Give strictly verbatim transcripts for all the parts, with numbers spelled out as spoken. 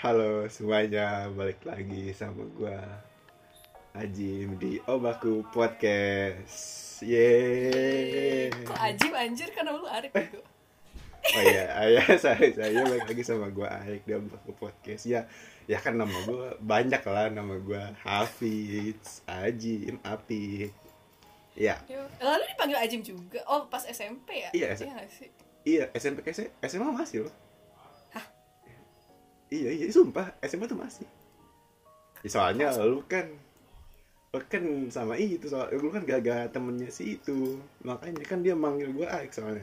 Halo semuanya, balik lagi sama gua Ajim di Obaku Podcast. Yeay. Kok Ajim anjir kan lu Arif gitu. Oh iya, ayah saya saya balik lagi sama gua Aik di Obaku Podcast. Ya, ya kan nama gua banyak lah, nama gua Hafiz, Ajim, Api. Ya. Lalu dipanggil Ajim juga. Oh, pas S M P ya? Iya, iya gak sih? Iya, S M P ke S M A masih loh. Iya, iya, sumpah, S M A tuh masih. Ya, soalnya Mas... lu kan lu kan sama itu, soal lu kan gak temennya si itu. Makanya kan dia manggil gue Aik soalnya.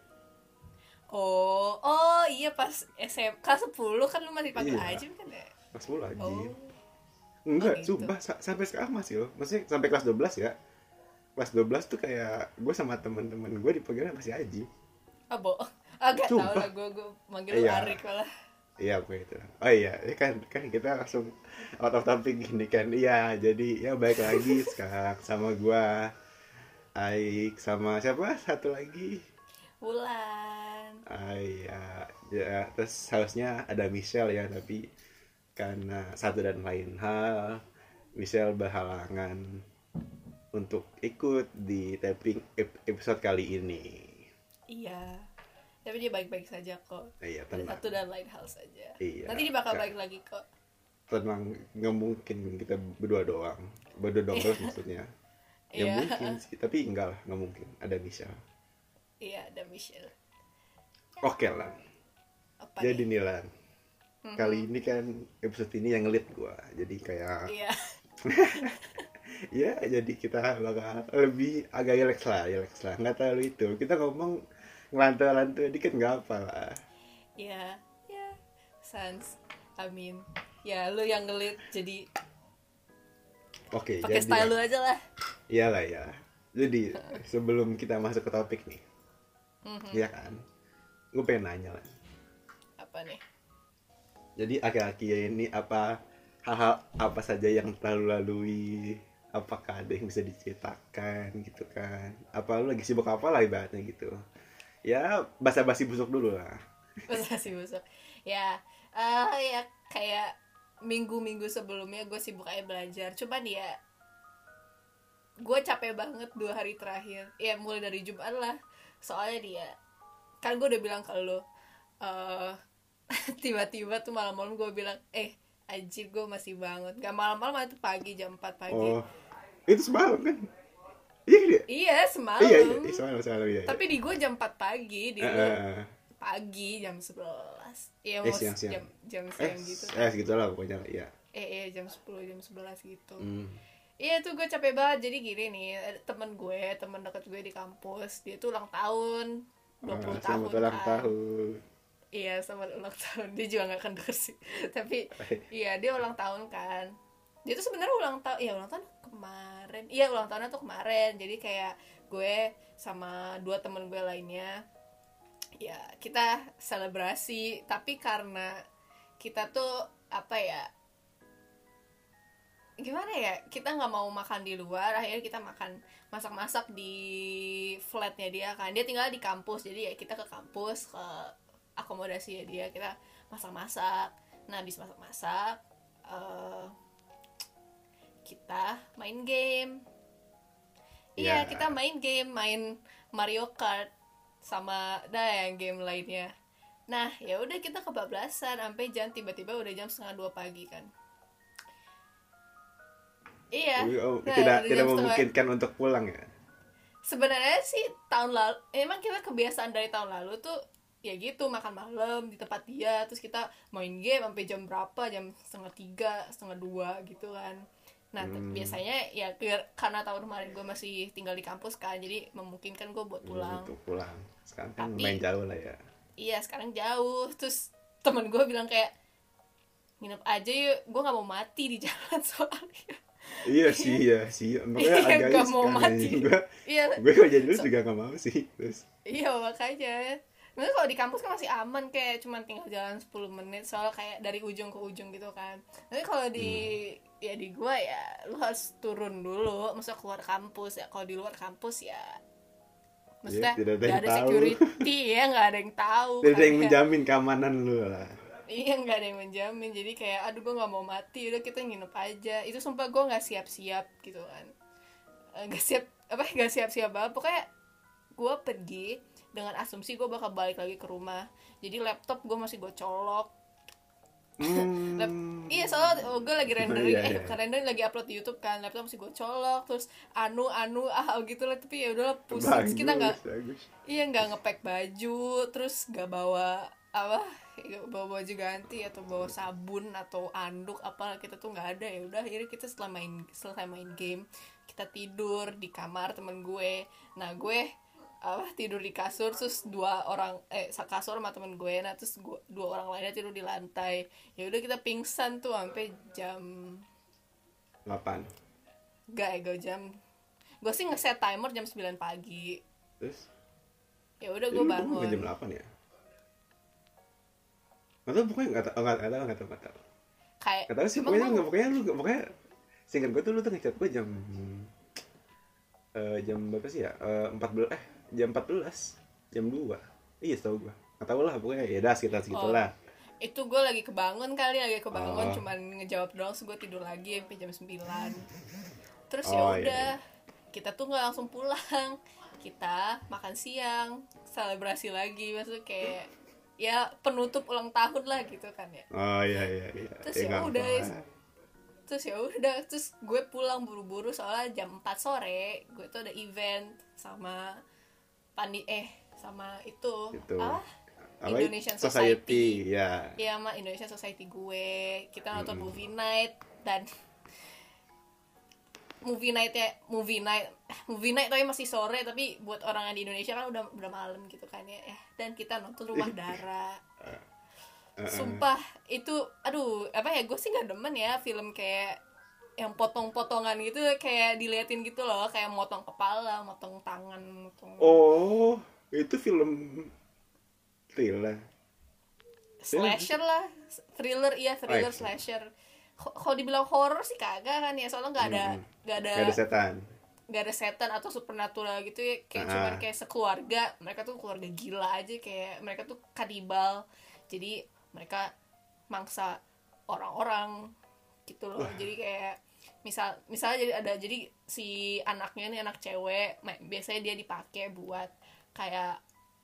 Oh, oh iya pas S M P kelas sepuluh kan lu masih panggil iya. Ajim kan ya? Kelas sepuluh Ajim. Oh. Enggak, oh, gitu. Sumpah sa- sampai sekarang masih loh. Maksudnya sampai kelas dua belas ya. Kelas dua belas tuh kayak gue sama teman-teman gue dipanggilnya masih Ajim. Ah, boh. Ah, gak tau lah, gue gue manggil lu iya. Arik malah. Iya, begitu. Oh iya, kan kan kita langsung out of topic gini kan. Iya, jadi ya balik lagi sekarang sama gua Aik sama siapa? Satu lagi. Wulan. Ah iya, ya terus harusnya ada Michelle ya, tapi karena satu dan lain hal Michelle berhalangan untuk ikut di taping episode kali ini. Iya. Tapi dia baik-baik saja kok. Iya, tenang. Satu dan lain hal saja. Iya. Nanti dia bakal baik lagi kok. Tenang, nggak mungkin kita berdua doang. Berdua doang terus maksudnya. Ya iya. Mungkin sih, tapi enggak lah, nggak mungkin. Ada Michelle. Iya, ada Michelle. Oke lah. Apa Jadi nih? Nilan, mm-hmm. Kali ini kan episode ini yang ngelit gua. Jadi kayak iya. Ya, jadi kita bakal lebih agak relax lah, relax lah. Nggak terlalu itu. Kita ngomong ngelantur-lantur dikit nggak apa lah. Ya, ya, sans, amin. Ya, lu yang ngelit jadi. Oke, pakai style lu aja lah. Iyalah ya. Jadi sebelum kita masuk ke topik nih, mm-hmm. ya kan, gue pengen nanya lah. Apa nih? Jadi akhir-akhir ini apa hal-hal apa saja yang terlalu lalui? Apakah ada yang bisa diceritakan gitu kan? Apa lu lagi sibuk apa lah ibaratnya gitu? Ya basa-basi busuk dulu lah. Basa-basi busuk. Ya, uh, ya kayak minggu-minggu sebelumnya gue sibuk aja belajar. Cuman ya, gue capek banget dua hari terakhir. Ya mulai dari Jumat lah. Soalnya dia, kan gue udah bilang ke lo, uh, tiba-tiba tuh malam-malam gue bilang, eh anjir gue masih bangun. Gak malam-malam, itu pagi jam empat pagi. Oh, itu semalam kan? Iya dia? Iya semalam. Iya iya, iya semalam semalam iya. Tapi di gue jam empat pagi, di uh, lu uh, pagi jam sebelas. Iya eh, mau siang, siang. jam jam siang eh, gitu. Eh segitu lah pokoknya iya. Eh iya jam sepuluh jam sebelas gitu. Mm. Iya tuh gue capek banget. Jadi gini nih, temen gue, temen deket gue di kampus, dia tuh ulang tahun dua puluh ah, tahun. Selamat ulang kan. tahun. Iya selamat ulang tahun. Dia juga gak akan denger sih. Tapi iya dia ulang tahun kan. Dia tuh sebenarnya ulang tahun, iya ulang tahun kemarin. Iya ulang tahunnya tuh kemarin. Jadi kayak gue sama dua temen gue lainnya, ya kita selebrasi. Tapi karena kita tuh apa ya, gimana ya, kita nggak mau makan di luar, akhirnya kita makan masak-masak di flatnya dia kan. Dia tinggal di kampus, jadi ya kita ke kampus, ke akomodasi ya dia, kita masak-masak. Nah habis masak-masak uh, kita main game. Iya, yeah. Kita main game, main Mario Kart sama dah yang game lainnya. Nah, ya udah kita kebablasan sampai jam tiba-tiba udah jam setengah dua pagi kan. Iya. Oh, nah, tidak tidak setengah... memungkinkan untuk pulang ya. Sebenarnya sih tahun lalu, emang kita kebiasaan dari tahun lalu tuh ya gitu, makan malam di tempat dia, terus kita main game sampai jam berapa, jam setengah tiga, setengah dua gitu kan. Nah hmm. biasanya ya karena tahun kemarin gue masih tinggal di kampus kan, jadi memungkinkan gue buat pulang. Untuk pulang. Sekarang kan tapi, main jauh lah ya. Iya sekarang jauh. Terus temen gue bilang kayak, nginep aja yuk, gue nggak mau mati di jalan soalnya. Iya sih ya sih. Makanya agak gak mau mati. Gue iya. gue kalau jadi dulu so, juga nggak mau sih. Terus. Iya makanya. Maksudnya kalau di kampus kan masih aman, kayak cuma tinggal jalan sepuluh menit, soalnya kayak dari ujung ke ujung gitu kan. Tapi kalau di hmm. ya di gua ya lu harus turun dulu, maksudnya keluar kampus ya. Kalau di luar kampus ya maksudnya ya, nggak ada, ada security ya, nggak ada yang tahu. Tidak ada yang menjamin keamanan lu lah. Iya, nggak ada yang menjamin, jadi kayak aduh gue nggak mau mati, udah kita nginep aja. Itu sumpah gue nggak siap-siap gitu kan. Eh, nggak siap apa nggak siap-siap banget, pokoknya gue pergi dengan asumsi gue bakal balik lagi ke rumah. Jadi laptop gue masih gue colok. Lap, Hmm. iya soalnya oh, gue lagi rendering, Iya, eh iya. bukan rendering, lagi upload di YouTube kan, laptop masih gue colok, terus anu anu ah gitu lah, tapi ya udahlah pusing. Terus kita nggak, Bagus, bagus. iya nggak ngepack baju, terus nggak bawa apa, nggak bawa baju ganti atau bawa sabun atau anduk apa, kita tuh nggak ada. Ya udah akhirnya kita setelah main selesai main game kita tidur di kamar temen gue. Nah gue apa tidur di kasur, terus dua orang eh kasur sama temen gue, nah terus gue, dua orang lainnya tidur di lantai. Ya udah kita pingsan tuh sampai jam delapan. gak ego jam, gue sih ngeset timer jam sembilan pagi. Terus Ya udah jadi gue lu bangun. bangun jam delapan ya? Nggak tahu, pokoknya nggak tahu, nggak nggak tahu, nggak tahu, nggak tahu. Kayak Nggak tahu sih, emang pokoknya gua- nggak, pokoknya lu pokoknya singkat gue tuh lu tuh ngechat gue jam eh, jam berapa sih ya? Eh, empat belas eh jam empat belas jam dua. Iya, tahu gue. Nggak tahu lah, pokoknya ya dah sekitar segitulah. itu gue lagi kebangun kali, lagi kebangun Oh. cuman ngejawab doang, terus gue tidur lagi sampai jam sembilan. Terus Oh, ya iya, udah iya. kita tuh nggak langsung pulang, kita makan siang, selebrasi lagi, maksudnya kayak ya penutup ulang tahun lah gitu kan ya. Oh iya iya iya. Terus Ya, ya nggak udah, apa-apa. terus ya udah terus gue pulang buru-buru soalnya jam empat sore gue tuh ada event sama pandi eh sama itu, Itu. ah Apa? Indonesian Society, ya. ya sama Indonesia Society gue, kita nonton Mm-mm. movie night. Dan movie night ya movie night movie night tapi masih sore, tapi buat orang yang di Indonesia kan udah udah malam gitu kan ya. Eh, dan kita nonton Rumah Dara. Uh-uh. Sumpah itu aduh apa ya, gue sih nggak demen ya film kayak yang potong-potongan gitu, kayak diliatin gitu loh, kayak motong kepala, motong tangan, motong Oh, itu film thriller. slasher lah, thriller, iya thriller Oh, iya. slasher. K- kalau dibilang horror sih kagak kan ya, soalnya nggak ada Mm-mm. nggak ada Nggak ada setan. nggak ada setan atau supernatural gitu ya, kayak Ah. cuman kayak sekeluarga, mereka tuh keluarga gila aja, kayak mereka tuh kanibal, jadi mereka mangsa orang-orang gitu loh. Jadi kayak misal misalnya jadi ada, jadi si anaknya nih anak cewek, ma- biasanya dia dipakai buat kayak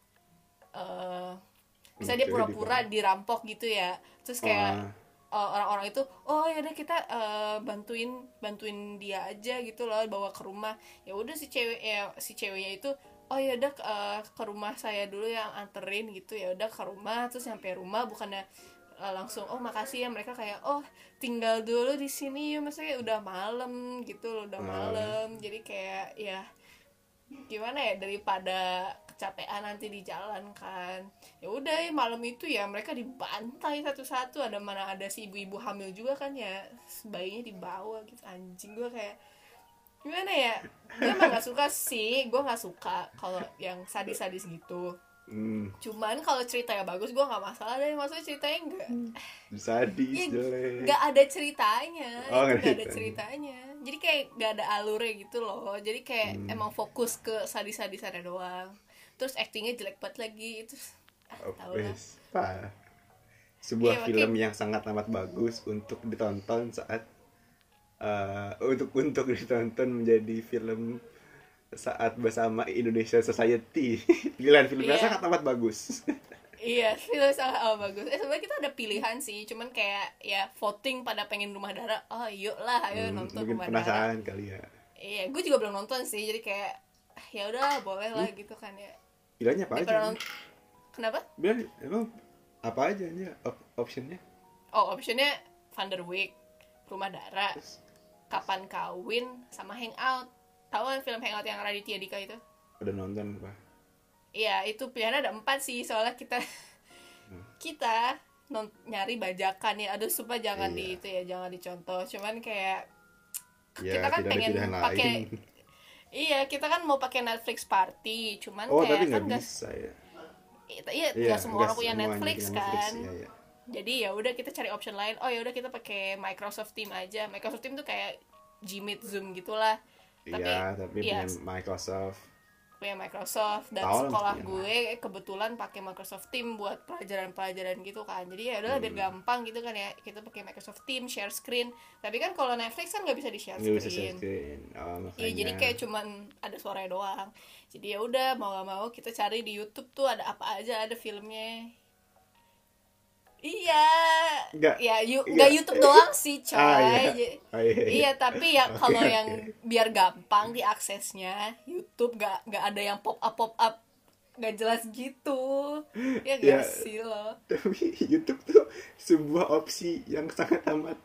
eh misalnya dia Cewek pura-pura dirampok gitu ya, terus kayak Oh. uh, orang-orang itu oh ya udah kita uh, bantuin bantuin dia aja gitu loh, bawa ke rumah. Ya udah si cewek ya si ceweknya itu oh ya udah uh, ke rumah saya dulu yang anterin gitu. Ya udah ke rumah, terus sampai rumah bukannya uh, langsung oh makasih ya, mereka kayak oh tinggal dulu di sini ya, maksudnya udah malam gitu loh, udah Hmm. malam. Jadi kayak ya gimana ya, daripada kecapean nanti di jalan kan, ya udah ya, malam itu ya mereka dibantai satu-satu. Ada mana ada si ibu-ibu hamil juga kan ya, bayinya dibawa gitu. Anjing, gue kayak gimana ya, gue emang nggak suka sih, gue nggak suka kalau yang sadis-sadis gitu. Hmm, Cuman kalau ceritanya bagus gue nggak masalah deh, maksudnya ceritanya enggak sadis ya, jelek. nggak ada ceritanya, Oh, itu nggak nggak ada ceritanya. ceritanya, jadi kayak nggak ada alurnya gitu loh. Jadi kayak Hmm. emang fokus ke sadis-sadisannya doang, terus actingnya jelek banget lagi itu. Ah, Oh, tau lah. wes, parah. Sebuah Iya, film makanya- yang sangat amat bagus untuk ditonton saat eh, untuk untuk ditonton menjadi film saat bersama Indonesia Society. Pilihan filmnya Iya. sangat amat bagus. Iya, film sangat oh, bagus. Eh sebenarnya kita ada pilihan sih, cuman kayak ya voting pada pengen Rumah Dara. Oh yuk lah, ayo Hmm, nonton mungkin Rumah Dara. penasaran kali ya. Iya, gue juga belum nonton sih, jadi kayak ah, ya udah boleh lah gitu kan ya. Pilihannya apa aja? Daripada nont- Kenapa? Bilang emang apa aja aja op- optionnya? Oh, optionnya Van der Wijk, Rumah Dara, Terus Kapan Kawin, sama Hangout. Tahu kan film Hangout yang Raditya Dika itu? udah nonton apa? Iya, itu pilihannya ada empat sih, soalnya kita kita non- nyari bajakan ya. Aduh, supaya jangan Iya. di itu ya, jangan dicontoh. Cuman kayak Ya, kita kan tidak ada pengen pilihan pakai lain. iya, kita kan mau pakai Netflix party, cuman Oh, kayak tapi kan nggak nggak bisa ya. iya, Iya, nggak semua nggak orang punya semuanya Netflix punya kan. iya, iya. Jadi ya udah kita cari option lain. Oh ya udah kita pakai Microsoft Team aja. Microsoft Team tuh kayak Gmeet, Zoom gitulah. Iya, tapi iya, punya Microsoft. punya Microsoft, dan Tahu lah sekolah mestinya. gue kebetulan pakai Microsoft Team buat pelajaran-pelajaran gitu kan. Jadi ya udahlah biar Hmm. gampang gitu kan ya, kita pakai Microsoft Team, share screen. Tapi kan kalau Netflix kan nggak bisa di share Nggak bisa share screen. screen. Oh, Iya, jadi makanya. kayak cuman ada suaranya doang. Jadi ya udah, mau gak mau kita cari di YouTube tuh ada apa aja, ada filmnya. Iya, Nggak, ya yu, nggak nggak. YouTube doang sih coy. Ah, iya. J- Oh, iya, iya. Iya, tapi ya Oke, kalau oke. yang biar gampang diaksesnya, YouTube nggak nggak ada yang pop up pop up nggak jelas gitu. Ya Ya, gak sih lo? tapi YouTube tuh sebuah opsi yang sangat amat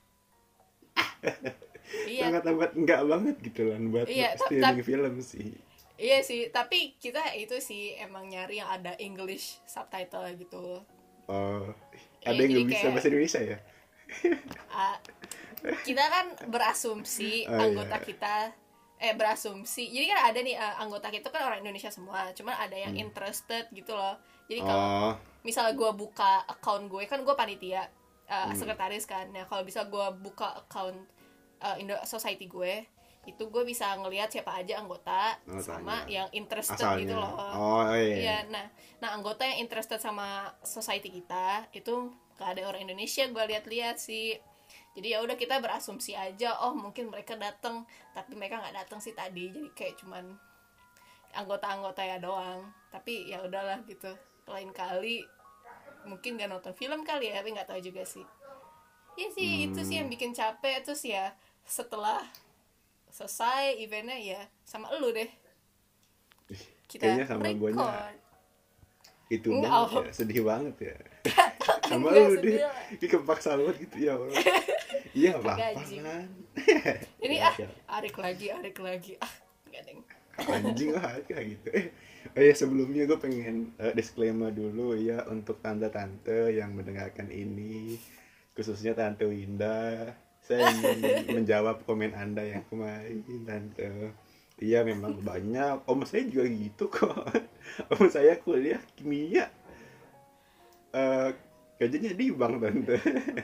Iya, sangat amat enggak banget gitu lah buat iya, ta- streaming ta- film sih. iya sih. Tapi kita itu sih emang nyari yang ada English subtitle gitu. Oh, Iya, ada yang jadi nggak bisa kayak bahasa Indonesia ya? ah, kita kan berasumsi Oh, anggota iya. kita eh berasumsi jadi kan ada nih eh, anggota kita kan orang Indonesia semua, cuman ada yang interested gitu loh. Jadi kalau Oh, misalnya gue buka account gue, kan gue panitia eh, Hmm. sekretaris kan ya, kalau bisa gue buka account eh, Indo Society gue, itu gue bisa ngelihat siapa aja anggota sama Anggotanya. yang interested asalnya. gitu loh. Oh, iya. Iya, nah, nah anggota yang interested sama society kita itu gak ada orang Indonesia, gue lihat-lihat sih. Jadi ya udah, kita berasumsi aja, oh mungkin mereka datang, tapi mereka nggak datang sih tadi. Jadi kayak cuman anggota-anggota ya doang. Tapi ya udahlah gitu. Lain kali mungkin gak nonton film kali ya, tapi nggak tahu juga sih. Iya sih, Hmm. itu sih yang bikin capek. Terus ya setelah selesai eventnya ya sama elu deh. Kita Kayaknya sama guanya record. itu Nggak, banget oh. ya, sedih banget ya. Sama Nggak lu sedih deh, lah. ini kepaksa banget gitu ya Allah. Iya nggak apa-apa Gaji. kan. Ini Ya, ah, ya. arik lagi, arik lagi. Ah, nggak deng. Anjing lah kayak gitu. Eh, oh ya sebelumnya gue pengen eh, disclaimer dulu ya untuk tante-tante yang mendengarkan ini, khususnya Tante Winda. Saya ingin menjawab komen Anda yang kemarin, Tante. Iya memang banyak. Om saya juga gitu kok. Om saya kuliah kimia. Eh, kerjanya di bank, Tante.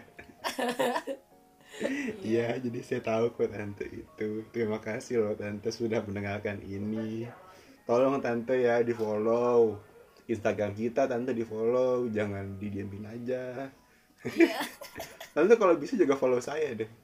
Iya, jadi saya tahu kok Tante itu. Terima kasih loh Tante sudah mendengarkan ini. Tolong Tante ya di follow Instagram kita, Tante di follow, jangan didiamin aja. Iya. Tante kalau bisa juga follow saya deh.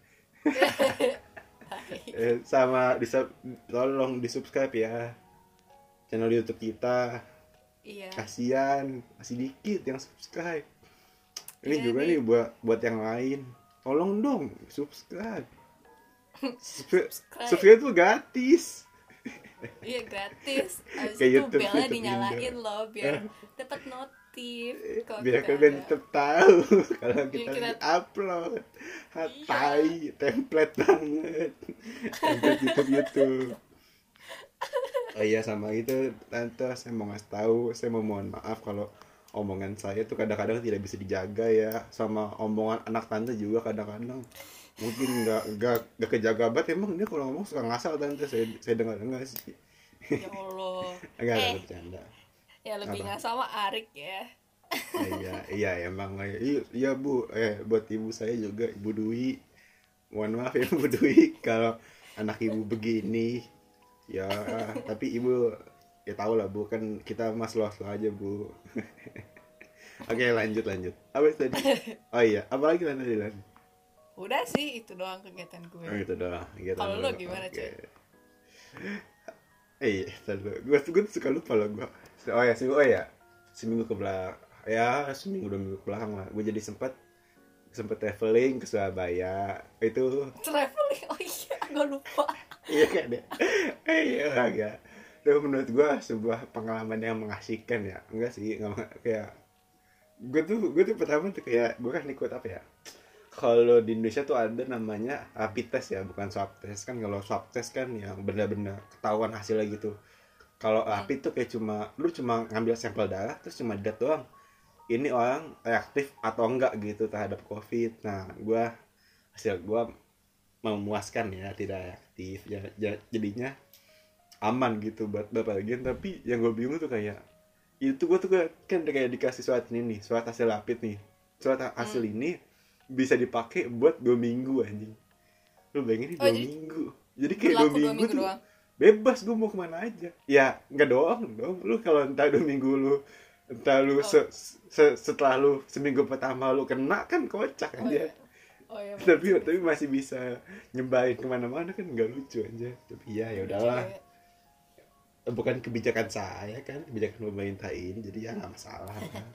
Eh, sama di tolong di subscribe ya channel YouTube kita. Iya. Kasian, masih dikit yang subscribe. Ini Iya juga nih. nih buat buat yang lain. Tolong dong subscribe. Subscribe, Subscribe. subscribe tuh gratis. Iya, gratis. Abis Kayak itu YouTube, belnya YouTube dinyalain Indo. loh biar dapat notif kalau Biar kita kalian ada. tetap tahu kalau kita, kita- lagi upload. Iya. Hatai, template banget. Template YouTube YouTube. Oh iya sama itu Tante, saya mau ngasih tahu, saya mau mohon maaf kalau omongan saya tuh kadang-kadang tidak bisa dijaga ya, sama omongan anak Tante juga kadang-kadang mungkin nggak nggak nggak kejaga banget. Emang dia kalau ngomong suka ngasal Tante, saya saya dengar-dengar sih. Ya Allah. Enggak Eh. lah, bercanda. Ya lebih Apa? nggak sama Arik ya. Eh, iya iya emang iya, iya Bu, eh buat ibu saya juga, Ibu Dwi, mohon maaf ya Bu Dwi kalau anak ibu begini ya, tapi ibu ya tahu lah Bu, kan kita mas lo aja Bu. Oke lanjut lanjut apa tadi? Oh iya, apa lagi lan tadi lan? Udah sih, itu doang kegiatan gue. Oh itu doang kegiatan Kalau lu. lo gimana, Oke. Coy? Eh iya tadi gue gue suka lupa lo gue. Oh ya seminggu, oh ya seminggu ke belakang ya, seminggu dua minggu ke belakang lah gue jadi sempat sempat traveling ke Surabaya itu. Traveling, oh iya, gue lupa. Iya kan ya. Eh iya agak. Itu menurut gue sebuah pengalaman yang mengasihkan ya. Enggak sih, nggak kayak gue tuh gue tuh pertama tuh kayak gue kan ikut apa ya? Kalau di Indonesia tuh ada namanya rapid test ya, bukan swab test kan. Kalau swab test kan yang benar-benar ketahuan hasilnya gitu. Kalau rapid tuh kayak cuma lu cuma ngambil sampel darah terus cuma lihat doang ini orang reaktif atau enggak gitu terhadap COVID. Nah, gue hasil gue memuaskan ya, tidak reaktif ya, ja- jadinya aman gitu buat beberapa bagian. Tapi yang gue bingung tuh kayak itu gue tuh kayak, kan kayak dikasih surat ini nih, surat hasil rapid nih, surat hasil ini bisa dipakai buat dua minggu anjing. Lu bayangin nih Oh, dua jadi minggu, jadi kayak dua berlaku minggu, dua minggu tuh doang. bebas gue mau kemana aja. Ya nggak doang dong, lu kalau entah dua minggu lu entah lu Oh. se, se, setelah lu seminggu pertama lu kena kan kocak Oh aja. iya. Oh iya. tapi bener. tapi masih bisa nyebarin kemana-mana kan nggak lucu aja. Tapi ya ya Lucu udahlah, ya. bukan kebijakan saya kan, kebijakan pemerintah ini, jadi ya nggak masalah.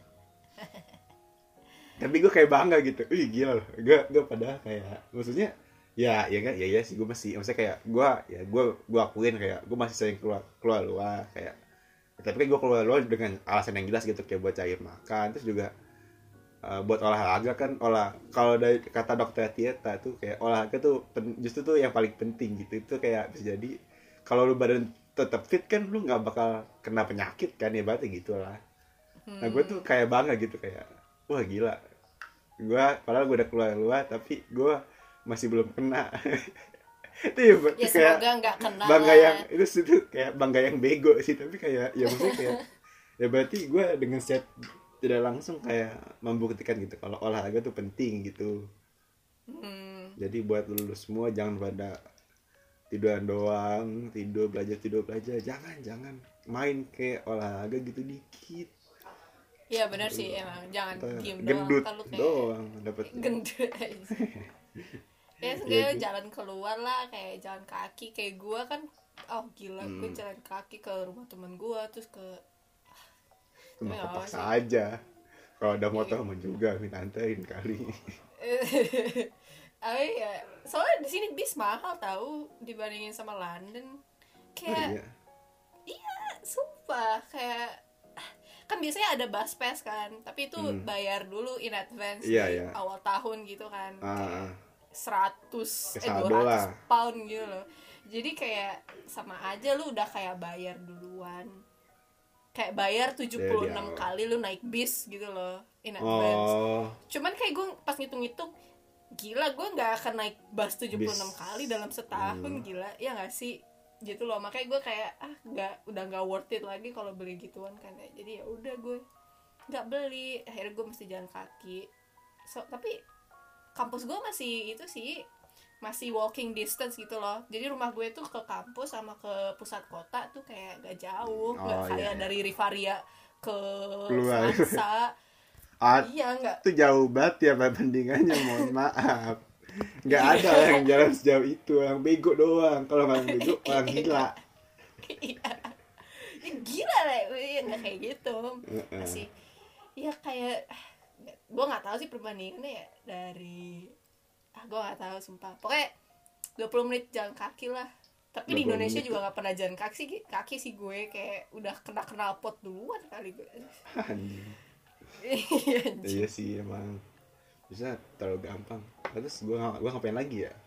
Tapi gue kayak bangga gitu, wih gila loh, gue gue padahal kayak maksudnya ya ya kan ya ya sih gue masih maksudnya kayak gue ya gue gue akuin kayak gue masih sering keluar keluar luar kayak, tapi kan gue keluar luar dengan alasan yang jelas gitu kayak buat cari makan, terus juga uh, buat olahraga kan. Olah kalau dari kata dokter Tieta tuh kayak olahraga tuh pen, justru tuh yang paling penting gitu. Itu kayak bisa jadi kalau lu badan tetap fit kan lu nggak bakal kena penyakit kan, ya berarti gitulah. Nah gue tuh kayak bangga gitu kayak wah gila, gue padahal gue udah keluar luar tapi gue masih belum kena. Itu ya, Ya kayak semoga nggak kena. bangga yang itu itu kayak bangga yang bego sih, tapi kayak ya maksudnya kayak ya berarti gue dengan set tidak langsung kayak membuktikan gitu kalau olahraga tuh penting gitu. Hmm. Jadi buat lulus semua jangan pada tiduran doang, tidur belajar tidur belajar, jangan jangan main kayak olahraga gitu dikit. Iya benar sih emang, jangan Ntar diem doang, gendut ntar lu kayak doang dapat. gendut aja. Ya sebenarnya jalan keluar lah, kayak jalan kaki kayak gue kan, oh gila gue Hmm. jalan kaki ke rumah teman gue terus ke Cuma Ya, kepaksa sih. aja. Kalau ada motor mah juga minta anterin kali. Oh ya, soalnya di sini bis mahal tahu dibandingin sama London. Oh, Kayak iya. sumpah kayak kan biasanya ada bus pass kan, tapi itu Hmm. bayar dulu in advance Iya, di iya. awal tahun gitu kan. Ah, ah. seratus eh Kesaldo dua ratus lah. pound gitu loh. Jadi kayak sama aja lu udah kayak bayar duluan. Kayak bayar tujuh puluh enam Dari awal. kali lu naik bis gitu loh in advance. Oh, Cuman kayak gue pas ngitung-ngitung gila gue nggak akan naik bus tujuh puluh enam Bis. kali dalam setahun. Hmm. Gila ya nggak sih gitu loh. Makanya gue kayak ah nggak udah nggak worth it lagi kalau beli gituan kan ya. Jadi ya udah gue nggak beli, akhirnya gue mesti jalan kaki. So tapi kampus gue masih itu sih masih walking distance gitu loh. Jadi rumah gue tuh ke kampus sama ke pusat kota tuh kayak gak jauh, nggak Oh, kayak iya, iya. dari Rivaria ke Keluar. Sansa. ah, Iya nggak. itu jauh banget ya perbandingannya, mohon maaf. Nggak ada yang jalan sejauh itu, yang bego doang. Kalau orang bego, orang gila. Iya. Ya, gila lah, ya nggak kayak gitu. Heeh. Masih ya kayak gue nggak tahu sih perbandingannya ya dari ah gue nggak tahu sumpah. Pokoknya dua puluh menit jalan kaki lah. Tapi di dua puluh Indonesia menit juga nggak pernah jalan kaki sih, kaki sih gue kayak udah kena knalpot duluan kali gue. Anjing. Iya, anjing. Iya sih emang bisa terlalu gampang. Terus gue gue ngapain lagi ya?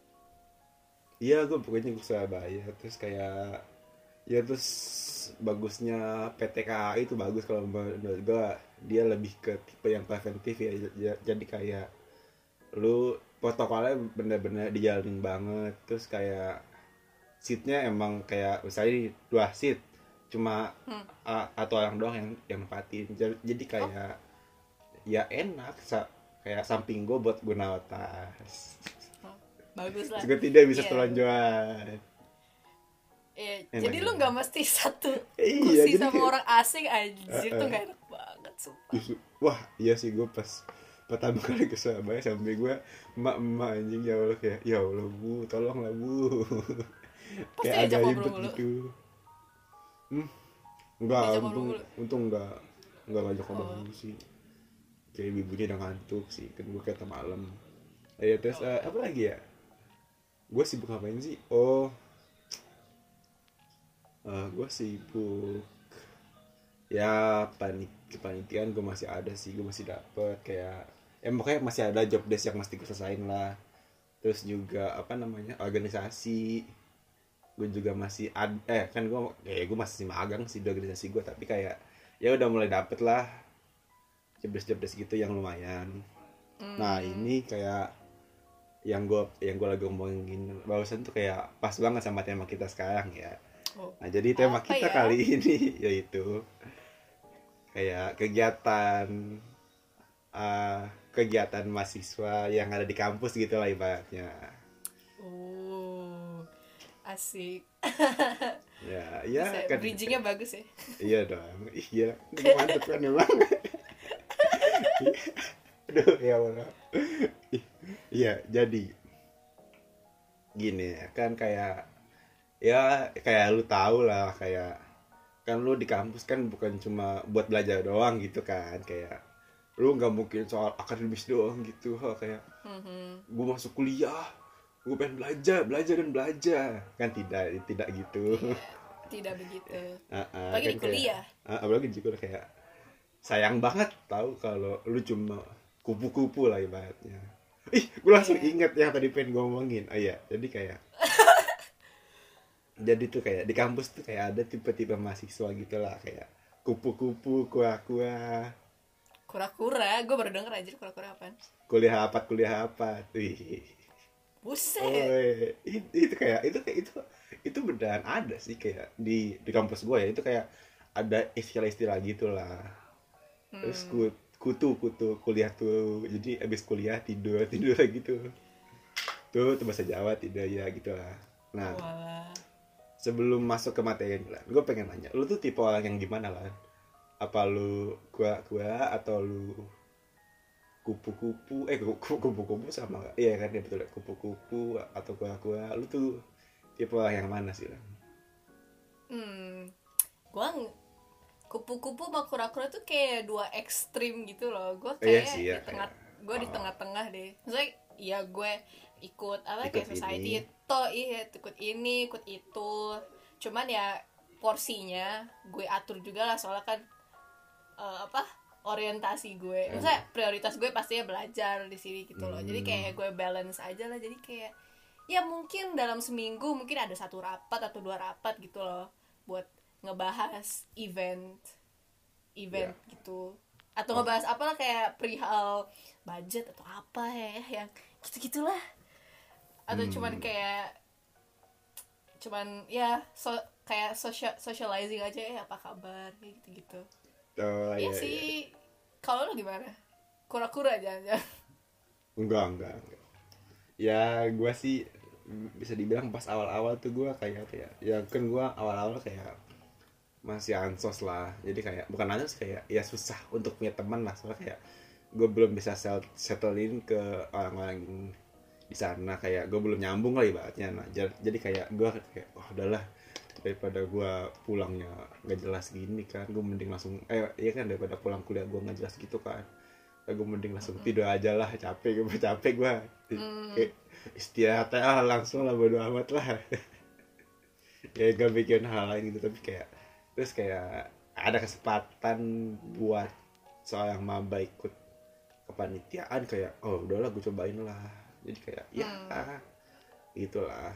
Iya gue pokoknya ke Surabaya. Terus kayak ya terus bagusnya P T K A I itu bagus kalau menurut gue, dia lebih ke tipe yang preventif ya. Ja- Jadi kayak lu protokolnya bener-bener dijalanin banget. Terus kayak seatnya emang kayak misalnya dua seat cuma Hmm. a- atau orang doang yang yang nempatin. Jadi jadi kayak ya enak sa- kayak samping gue buat guna tas. Oh, bagus lah. Juga tidak bisa Iya. telonjoan. Iya, Emang jadi lu iya. nggak mesti satu Iya, kursi jadi sama kayak- orang asing anjir tuh Uh-uh. gak enak banget sumpah. Justru- Wah iya sih, gue pas pertama kali ke Surabaya sampai gue emak-emak anjing, ya Allah kayak ya Allah bu tolonglah bu. Pasti Kayak ajak agak ngobrol ribet mulu. gitu. Hmm? Enggak, Diajak ngobrol untung, mulu. untung enggak enggak ngajak ngobrol Oh. dulu sih. Kayak ibunya udah ngantuk sih, kan gue kata malam. Ya terus eh, apa lagi ya? Gue sibuk ngapain sih? Oh, eh gue sibuk ya panik kepanitiaan gue masih ada sih, gue masih dapet kayak ya pokoknya masih ada job desk yang mesti gue selesain lah. Terus juga apa namanya organisasi gue juga masih ada, eh kan gue ya gue masih magang sih di organisasi gue, tapi kayak ya udah mulai dapet lah job desk job desk gitu yang lumayan. Nah ini kayak yang gue yang gue lagi ngomongin barusan tuh kayak pas banget sama tema kita sekarang ya. Oh. Nah jadi tema Apa kita ya? kali ini yaitu kayak kegiatan uh, kegiatan mahasiswa yang ada di kampus gitu lah ibaratnya. Oh, asik. Ya, ya Bisa, kan. bridgingnya bagus ya. Iya dong. Ih, iya. Gue mantep kan emang. Aduh, ya Allah. Ih, iya, jadi gini ya, kan kayak ya kayak lu tahu lah kayak kan lu di kampus kan bukan cuma buat belajar doang gitu kan, kayak lu nggak mungkin soal akademis doang gitu. Ha, kayak Mhm. gue masuk kuliah, gue pengen belajar belajar dan belajar, kan tidak tidak gitu. Iya, tidak begitu. Ah, ah, Apalagi kan di kayak kuliah. ah, apalagi juga kayak sayang banget tahu kalau lu cuma kupu-kupu lah ibaratnya. Ih, gue langsung Iya. inget yang tadi pengen gue omongin. Oh iya, jadi kayak jadi tuh kayak di kampus tuh kayak ada tipe-tipe mahasiswa gitu lah, kayak kupu-kupu, kuah-kuah, Kura-kura, gue baru denger aja kura-kura apaan. kuliah apa kuliah apa. Wih. Buset. Oh, itu, itu kayak itu kayak itu itu beneran ada sih kayak di di kampus gue ya, itu kayak ada istilah-istilah gitulah. Terus Hmm. ku- kutu kutu kuliah tuh, jadi abis kuliah tidur tidur gitu tuh tuh bahasa Jawa tidak ya gitu lah. Nah, Walah. sebelum masuk ke materi lah, gue pengen nanya lu tuh tipe orang yang gimana lah, apa lu gua-gua atau lu kupu-kupu, eh ku- ku- kupu-kupu sama gak? Iya kan ya betul ya, kupu-kupu atau gua-gua, lu tuh tipe orang yang mana sih lah? Hmm. Gue kupu-kupu sama kura-kura tuh kayak dua ekstrim gitu loh. Gue Iya kayak sih di ya tengah, kayak gue di oh, tengah-tengah deh. Maksudnya ya gue ikut apa ikut kayak society ini itu, iya ikut ini, ikut itu. Cuman ya porsinya gue atur juga lah, soalnya kan eh, apa orientasi gue. eh, Maksudnya prioritas gue pastinya belajar di sini gitu loh. Jadi kayak hmm, gue balance aja lah. Jadi kayak ya mungkin dalam seminggu mungkin ada satu rapat atau dua rapat gitu loh buat ngebahas event ya event gitu, atau oh ngebahas apalah kayak perihal budget atau apa ya yang gitu gitulah, atau cuman hmm kayak cuman ya so, kayak social socializing aja ya apa kabar kayak gitu gitu. oh Iya iya iya sih, kalau lo gimana, kura-kura jangan-jangan. enggak enggak enggak ya gue sih bisa dibilang pas awal-awal tuh gue kayak apa ya, ya kan gue awal-awal kayak masih ansos lah, jadi kayak bukan ansos, kayak ya susah untuk punya teman lah, soalnya kayak gue belum bisa sel- settlein ke orang-orang di sana, kayak gue belum nyambung lah ibaratnya. Nah ja- jadi kayak gue kayak oh udahlah, daripada gue pulangnya nggak jelas gini kan, gue mending langsung eh iya kan, daripada pulang kuliah gue nggak jelas gitu kan, gue mending langsung tidur aja lah, capek gue capek gue kayak istirahat ah langsung lah, bodo amat lah. Ya gak bikin hal lain gitu, tapi kayak terus kayak ada kesempatan buat seorang maba ikut kepanitiaan, kayak oh udahlah gue cobain lah, jadi kayak ya Hmm. itulah.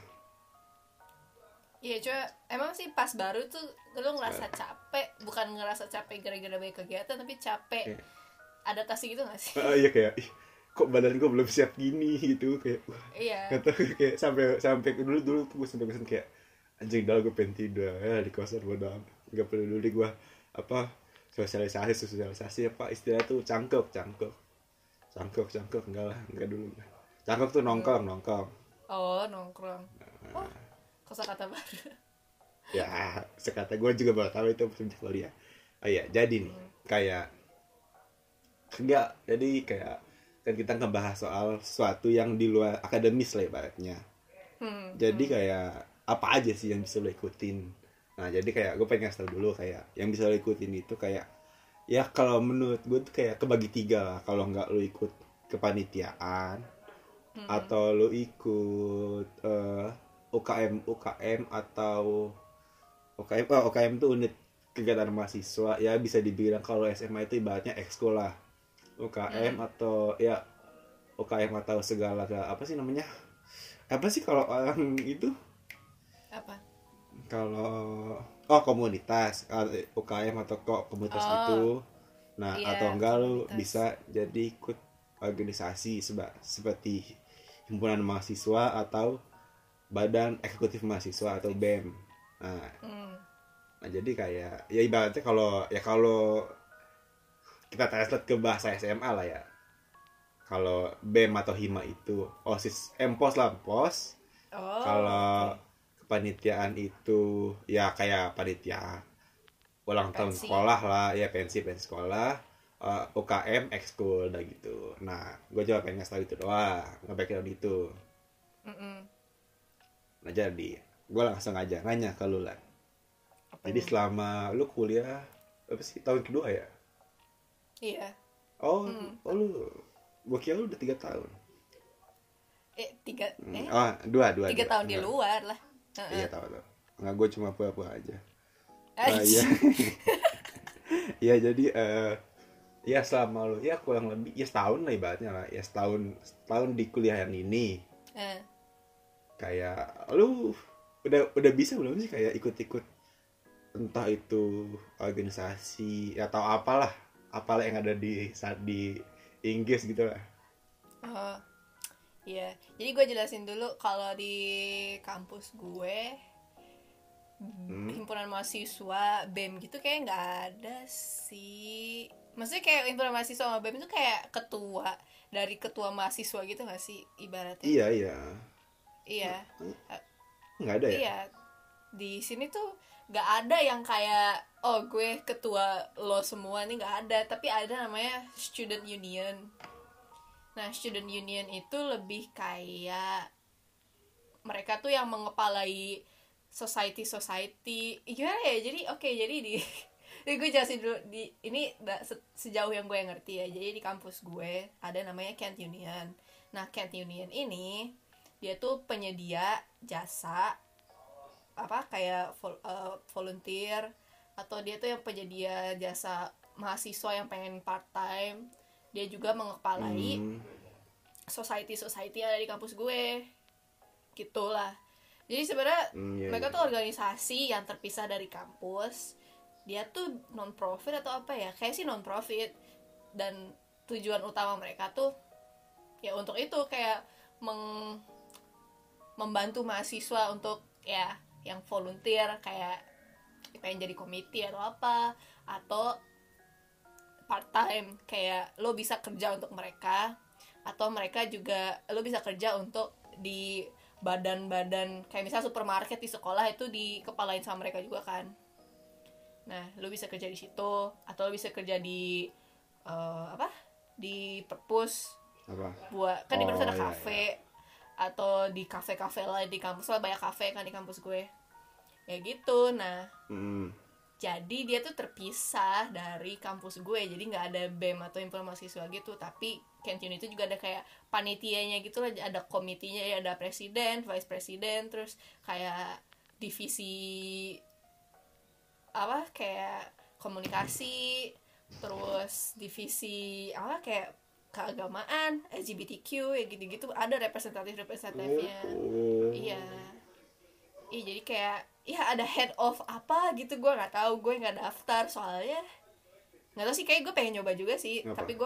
Iya, coba emang sih pas baru tuh lo ngerasa Sekarang, capek, bukan ngerasa capek gara-gara banyak kegiatan, tapi capek ya. adaptasi gitu gak sih? Ah, iya kayak ih, kok badan gue belum siap gini gitu, kayak wah Iya. nggak tahu, kayak sampai sampai dulu dulu tuh gue sampai pesen kayak anjing dah gue pengen tidur ya di kosan, bodo amat, nggak perlu dulu gue apa sosialisasi sosialisasi apa istilah tuh, cangkok cangkok cangkok cangkok enggak lah, enggak dulu. Cangkok tuh Hmm. nongkrong nongkrong. Oh, nongkrong. Oh, kosakata baru. Ya sekata gue juga baru tahu itu sejak kuliah. Oh iya, jadi nih kayak enggak, jadi kayak kan kita ngebahas soal sesuatu yang di luar akademis lah ibaratnya. Hmm. Jadi kayak apa aja sih yang bisa lo ikutin. Nah jadi kayak gue pengen ngasih tau dulu kayak yang bisa lo ikutin itu kayak ya kalau menurut gue tuh kayak kebagi tiga lah, kalau nggak lo ikut kepanitiaan atau lo ikut eh, U K M U K M atau U K M oh, U K M tuh unit kegiatan mahasiswa, ya bisa dibilang kalau S M A itu ibaratnya ekskul lah. U K M atau ya U K M atau segala apa sih namanya, apa sih kalau orang itu, Apa? kalau oh komunitas eh, U K M atau kok komunitas Oh, gitu. Nah iya, atau enggak lo komunitas. bisa jadi ikut organisasi seba, seperti himpunan mahasiswa atau badan eksekutif mahasiswa atau B E M. Nah, Hmm. nah jadi kayak ya ibaratnya kalau ya kalau kita translate ke bahasa S M A lah ya, kalau B E M atau Hima itu OSIS, M P O S lah, M P O S. Oh, Kalau oke. kepanitiaan itu ya kayak panitia ulang tahun Pensi. sekolah lah, ya pensi pensi sekolah, uh, U K M ekskul dah gitu. Nah gue coba pengen ngasih tau itu doang, nge background itu. Mm-mm. Nah jadi gue langsung aja nanya ke lu lah. Apa Jadi nih? selama lu kuliah apa sih tahun kedua ya? Iya. Oh, Mm. oh lu, gue kira lu udah tiga tahun. Eh tiga Hmm. eh Oh, dua, dua, tiga dua. tahun di Enggak. luar lah. Iya Heeh. tahu tahu. Nggak, gue cuma pura-pura aja. Ah iya, Anjing. iya jadi eh ya selama lu ya kurang lebih ya setahun lah ibaratnya lah, ya setahun setahun di kuliah yang ini Eh, kayak lu udah udah bisa belum sih kayak ikut-ikut entah itu organisasi atau apalah apalah yang ada di saat di Inggris gitu lah. oh, iya. Jadi gue jelasin dulu kalau di kampus gue Hmm. himpunan mahasiswa B E M gitu kayak nggak ada sih. Maksudnya kayak himpunan mahasiswa sama B E M itu kayak ketua dari ketua mahasiswa gitu nggak sih ibaratnya? Iya iya, Iya. nggak ada ya. Iya, di sini tuh nggak ada yang kayak oh gue ketua lo semua nih, nggak ada. Tapi ada namanya student union. Nah student union itu lebih kayak mereka tuh yang mengepalai society society gimana ya. Jadi oke, jadi di ini gue jelasin dulu di ini da- se- sejauh yang gue ngerti ya. Jadi di kampus gue ada namanya Kent Union. Nah Kent Union ini dia tuh penyedia jasa apa kayak vol- eh, volunteer, atau dia tuh yang penyedia jasa mahasiswa yang pengen part time. Dia juga mengepalai Hmm. society society yang ada di kampus gue gitulah. Jadi sebenarnya Hmm, iya, mereka iya. tuh organisasi yang terpisah dari kampus. Dia tuh non profit atau apa ya, kayak sih non profit, dan tujuan utama mereka tuh ya untuk itu kayak meng membantu mahasiswa untuk ya yang volunteer kayak pengen jadi komite atau apa, atau part time kayak lo bisa kerja untuk mereka, atau mereka juga lo bisa kerja untuk di badan-badan kayak misalnya supermarket di sekolah itu dikepalain sama mereka juga kan. Nah lo bisa kerja di situ, atau lo bisa kerja di eh, apa di perpus Apa? buat kan di perpus Oh, ada iya, kafe, atau di kafe-kafe lain di kampus lah, banyak kafe kan di kampus gue ya gitu. Nah Hmm. jadi dia tuh terpisah dari kampus gue, jadi nggak ada B E M atau himpunan mahasiswa gitu. Tapi Kent Uni itu juga ada kayak panitianya gitu lah, ada komitinya ya, ada presiden, vice presiden, terus kayak divisi apa kayak komunikasi, terus divisi apa kayak keagamaan, L G B T Q ya gitu-gitu, ada representatif representatifnya. Oh. Iya. Iya jadi kayak ya ada head of apa gitu, gue nggak tahu, gue nggak daftar soalnya nggak tahu sih, kayak gue pengen nyoba juga sih. Apa? Tapi gue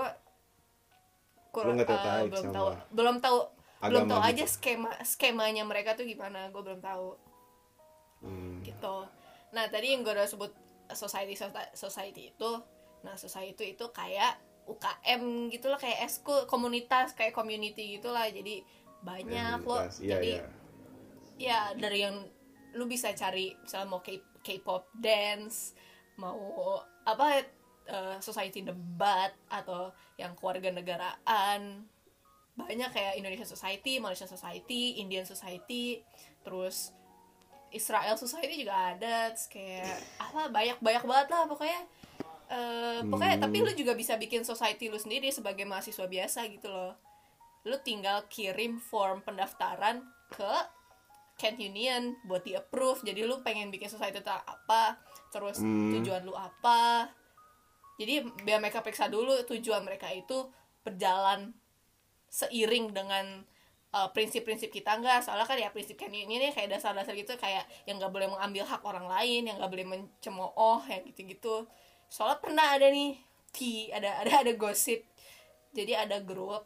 Lu kurang nggak eh, tertarik belum sama tahu belum tahu belum agama tahu gitu? aja skema skemanya mereka tuh gimana, gue belum tahu Hmm. gitu. Nah tadi yang gue udah sebut society society itu, nah society itu kayak U K M gitu lah, kayak eskul komunitas, kayak community gitulah. Jadi banyak loh. Komunitas, iya, Jadi iya. ya dari yang lu bisa cari misalnya mau K- K-pop dance, mau apa eh, society debat, atau yang keluarga negaraan, banyak kayak Indonesian Society, Malaysian Society, Indian Society, terus Israel Society juga ada, terus kayak apa banyak banyak banget lah pokoknya. Eh, pokoknya Hmm. tapi lu juga bisa bikin society lu sendiri sebagai mahasiswa biasa gitu loh. Lu tinggal kirim form pendaftaran ke Kent Union buat di approve. Jadi lu pengen bikin society itu apa, terus Hmm. tujuan lu apa. Jadi biar mereka periksa dulu tujuan mereka itu berjalan seiring dengan uh, prinsip-prinsip kita nggak. Soalnya kan ya prinsip Kent Union ini kayak dasar-dasar gitu, kayak yang nggak boleh mengambil hak orang lain, yang nggak boleh mencemooh, yang gitu-gitu. Soalnya pernah ada nih di ada ada ada gosip. Jadi ada grup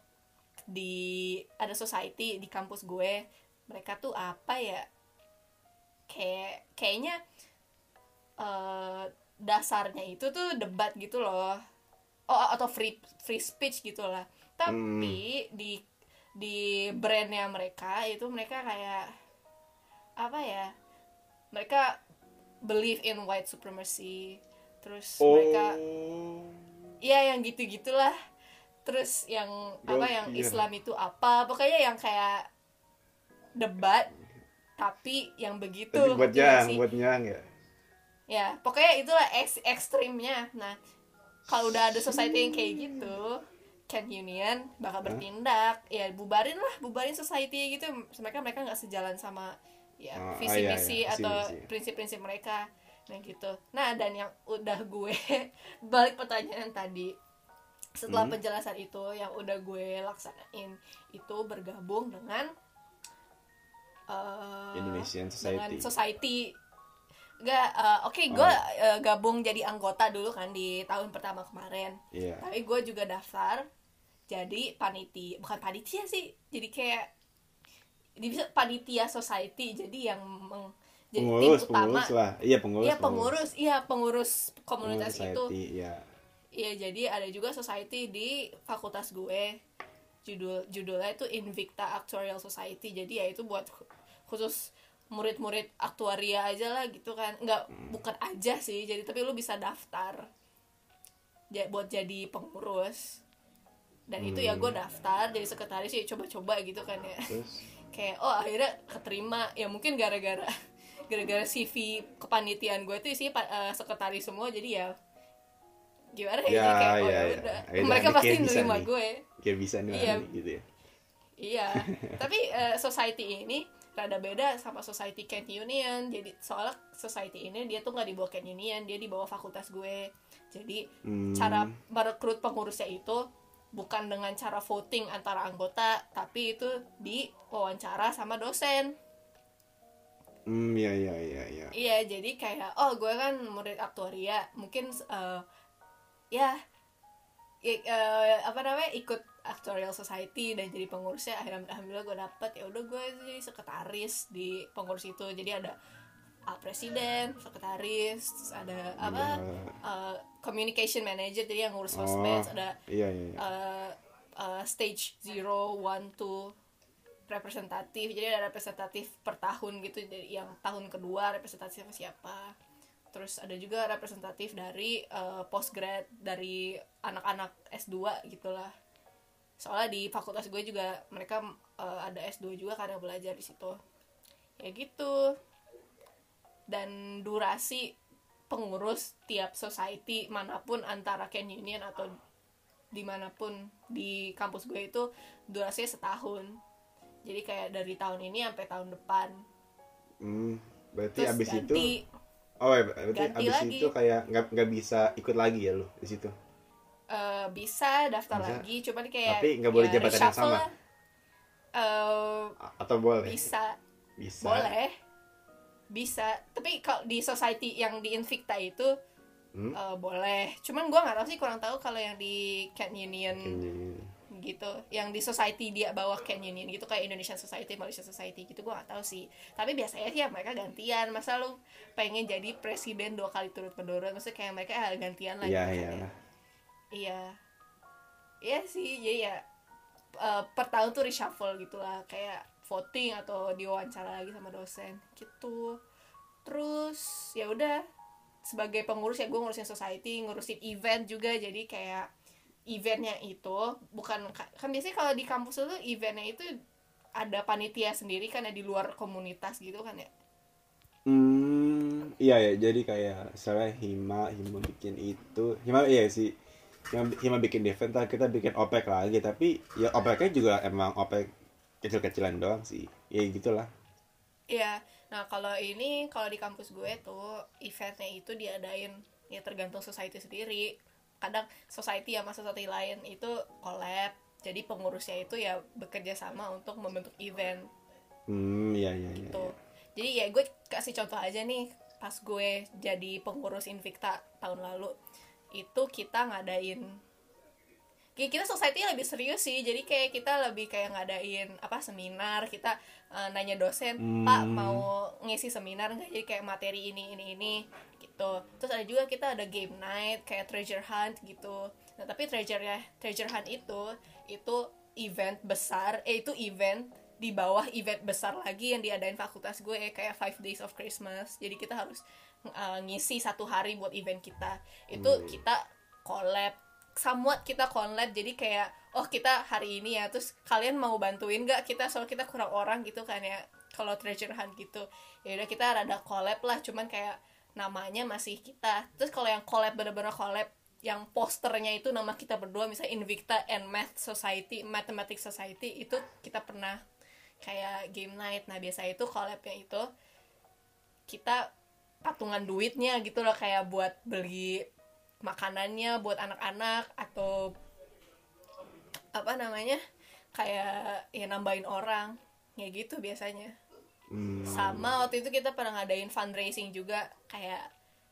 di ada society di kampus gue, mereka tuh apa ya, kayak kayaknya uh, dasarnya itu tuh debat gitu loh, oh atau free free speech gitu lah. Tapi Hmm. di di brandnya mereka itu mereka kayak apa ya, mereka believe in white supremacy, terus Oh. mereka ya yang gitu-gitulah, terus yang apa yang Gokil. Islam itu apa, pokoknya yang kayak debat tapi yang begitu, Tapi buat ngerti nggak nyang, sih? buat nyang ya. Ya pokoknya itulah eks- ekstrimnya. Nah kalau udah ada society yang kayak gitu, Kent Union bakal bertindak, ya bubarin lah, bubarin society gitu. Mereka mereka nggak sejalan sama ya Oh, visi ah, iya, misi iya, visi atau misi. prinsip-prinsip mereka, nah gitu. Nah dan yang udah gue balik pertanyaan tadi, setelah Hmm. penjelasan itu yang udah gue laksanain itu bergabung dengan eh, Indonesian dengan Society. society. Enggak, eh, oke gue Oh. eh, gabung jadi anggota dulu kan di tahun pertama kemarin. Iya. Tapi gue juga daftar jadi panitia, bukan panitia sih, jadi kayak divisi panitia society, jadi yang meng, jadi Pengurus, tim utama. pengurus lah. Iya, pengurus. Iya pengurus, iya pengurus komunitas Pengurus itu. society, iya. Iya jadi ada juga society di fakultas gue, judul judulnya itu Invicta Actuarial Society, jadi ya itu buat khusus murid-murid aktuaria aja lah gitu kan, nggak bukan aja sih, jadi tapi lu bisa daftar ja, buat jadi pengurus, dan itu ya gue daftar jadi sekretaris ya coba-coba gitu kan ya. Terus Kayak oh akhirnya keterima, ya mungkin gara-gara gara-gara C V kepanitiaan gue tuh isinya pa- eh, sekretaris semua, jadi ya gimana ya, Ya, jadi kayak oh ya, ya ya. udah Akhirnya mereka ini pasti kayak bisa nerima nih. gue. kayak bisa nih Iya. orang gitu ya. Iya, tapi eh, society ini rada beda sama society Kent Union. Jadi soalnya society ini dia tuh nggak di bawah Kent Union, dia di bawah fakultas gue. Jadi Hmm. cara merekrut pengurusnya itu bukan dengan cara voting antara anggota, tapi itu di wawancara sama dosen. Hmm, iya, iya, iya, iya. Iya, jadi kayak oh gue kan murid aktuaria, mungkin eh, ya i- eh, apa namanya ikut actuarial society dan jadi pengurusnya, akhirnya alhamdulillah gue dapet, ya udah gue jadi sekretaris di pengurus itu. Jadi ada uh, presiden, sekretaris, terus ada apa uh, communication manager, jadi yang ngurus Oh, sosmed, ada iya, iya, iya. uh, uh, stage zero, one, two representatif, jadi ada representatif per tahun gitu, jadi yang tahun kedua representatif siapa. Terus ada juga representatif dari uh, postgrad, dari anak-anak S dua gitulah. Soalnya di fakultas gue juga mereka uh, ada S dua juga karena belajar di situ. Ya gitu. Dan durasi pengurus tiap society manapun antara Kent Union atau dimanapun di kampus gue itu durasinya setahun. Jadi kayak dari tahun ini sampai tahun depan. Hmm, berarti Terus abis ganti. itu oh ya, berarti Ganti abis lagi. itu kayak nggak nggak bisa ikut lagi ya lo di situ. Uh, bisa daftar Bisa. lagi, cuman kayak Tapi nggak boleh ya jabatan yang reshuffle sama? lah. Uh, A- Atau boleh? bisa, Bisa. boleh, bisa. Tapi kalau di society yang di Invicta itu Hmm? uh, boleh. Cuman gue nggak tahu sih, kurang tahu kalau yang di Kent Union Kayaknya. gitu, yang di society dia bawa Kent Union gitu, kayak Indonesian Society, Malaysia Society gitu, gue nggak tahu sih. Tapi biasanya sih ya mereka gantian. Masa lu pengen jadi presiden dua kali turut menurut, maksudnya kayak mereka ah, gantian lah Iya, gitu iya. kan ya. Iya, iya sih. Jadi ya uh, per tahun tuh reshuffle gitulah, kayak voting atau diwawancara lagi sama dosen gitu. Terus ya udah, sebagai pengurus ya gue ngurusin society, ngurusin event juga. Jadi kayak eventnya itu bukan, kan biasanya kalau di kampus itu eventnya itu ada panitia sendiri kan ya, di luar komunitas gitu kan ya. Hmm, iya ya, jadi kayak misalnya Hima, Hima bikin itu, Hima iya sih, Hima, Hima bikin event, ntar kita bikin opek lagi, tapi ya opeknya juga emang opek kecil-kecilan doang sih, ya gitulah. Iya, nah kalau ini kalau di kampus gue tuh eventnya itu diadain ya tergantung society sendiri. Kadang society sama society lain itu collab, jadi pengurusnya itu ya bekerja sama untuk membentuk event Hmm, iya iya iya. gitu. iya. Jadi ya gue kasih contoh aja nih, pas gue jadi pengurus Invicta tahun lalu itu kita ngadain, kayak kita society lebih serius sih, jadi kayak kita lebih kayak ngadain apa seminar, kita uh, nanya dosen, Hmm. Pak mau ngisi seminar nggak, jadi kayak materi ini ini ini gitu. Terus ada juga kita ada game night kayak treasure hunt gitu. Nah tapi treasure ya treasure hunt itu itu event besar, eh itu event di bawah event besar lagi yang diadain fakultas gue kayak Five Days of Christmas. Jadi kita harus uh, ngisi satu hari buat event kita. Itu Hmm. kita collab, somewhat kita collab. Jadi kayak oh kita hari ini ya, terus kalian mau bantuin gak kita, soal kita kurang orang gitu kan ya kalau treasure hunt gitu. Ya udah kita rada collab lah, cuman kayak namanya masih kita. Terus kalau yang collab bener-bener collab yang posternya itu nama kita berdua, misalnya Invicta and Math Society, Mathematics Society, itu kita pernah kayak game night. Nah biasa itu collabnya itu kita patungan duitnya gitu loh, kayak buat beli makanannya buat anak-anak atau apa namanya kayak ya nambahin orang ya gitu biasanya. Hmm. Sama waktu itu kita pernah ngadain fundraising juga kayak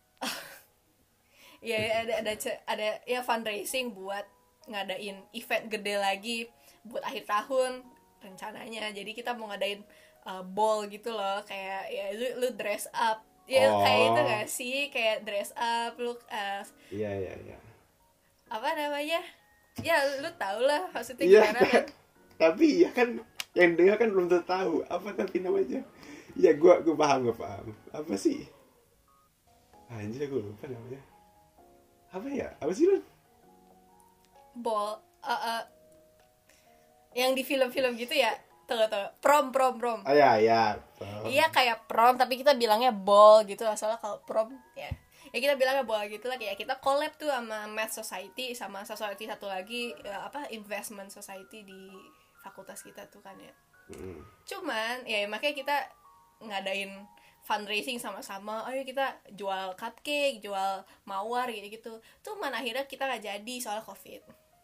ya ada ada ada ya fundraising buat ngadain event gede lagi buat akhir tahun rencananya. Jadi kita mau ngadain uh, ball gitu loh, kayak ya lu lu dress up ya Oh. kayak itu gak sih, kayak dress up lu uh, Iya iya iya. apa namanya ya lu tau lah maksudnya Iya. gimana kan. Tapi ya kan yang dengar kan belum tentu tahu apa tapi namanya. Ya gua gua paham gua paham. Apa sih? Anjir gua lupa namanya. Apa ya? Apa sih Lun? Ball uh, uh, yang di film-film gitu ya, tuh tuh prom prom prom. Ah ya ya. Iya kayak prom tapi kita bilangnya ball gitu lah, soalnya kalau prom ya ya kita bilangnya ball gitu lah. Kayak kita collab tuh sama Math Society sama society satu lagi ya, apa Investment Society di fakultas kita tuh kan ya. Hmm. Cuman ya makanya kita ngadain fundraising sama-sama, ayo kita jual cupcake, jual mawar gitu-gitu. Cuman akhirnya kita gak jadi soal covid.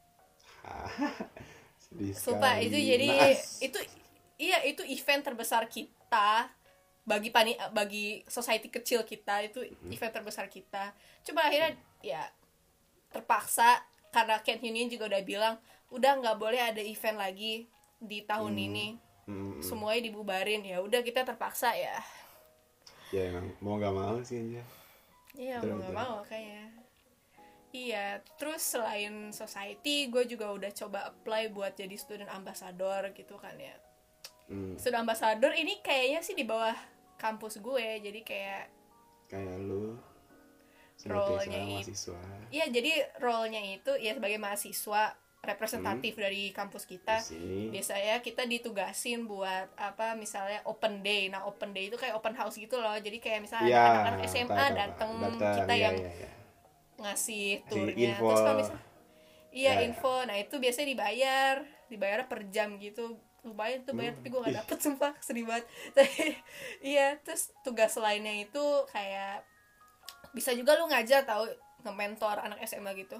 Sedih Sumpah sekali. itu jadi Mas. itu iya itu event terbesar kita bagi pani bagi society kecil kita, itu event terbesar kita. Coba akhirnya ya terpaksa karena Kent Union juga udah bilang udah nggak boleh ada event lagi di tahun Hmm. ini, Hmm. semuanya dibubarin. Ya udah kita terpaksa ya. Ya emang mau nggak mau sih aja. Iya Betul, mau nggak betul. mau kayaknya. Iya, terus selain society, gue juga udah coba apply buat jadi student ambassador gitu kan ya. Hmm. Student ambassador ini kayaknya sih di bawah kampus gue, jadi kayak Kayak lu sebagai Role-nya seorang itu- mahasiswa. iya jadi role-nya itu ya sebagai mahasiswa representatif dari kampus kita. Di sini. Biasanya kita ditugasin buat apa misalnya open day. Nah, open day itu kayak open house gitu loh. Jadi kayak misalnya Iya, anak-anak S M A tahu, tahu, datang, datang, kita iya, yang iya, iya. ngasih Ngasih turnya. info. Terus kalau misalnya iya Ya, ya. info. Nah, itu biasanya dibayar, dibayar per jam gitu. Lumayan tuh bayar, Hmm. tapi gue gak Ih. dapet sumpah, sedih banget. Tapi iya, terus tugas lainnya itu kayak bisa juga lu ngajar tahu, nge-mentor anak S M A gitu.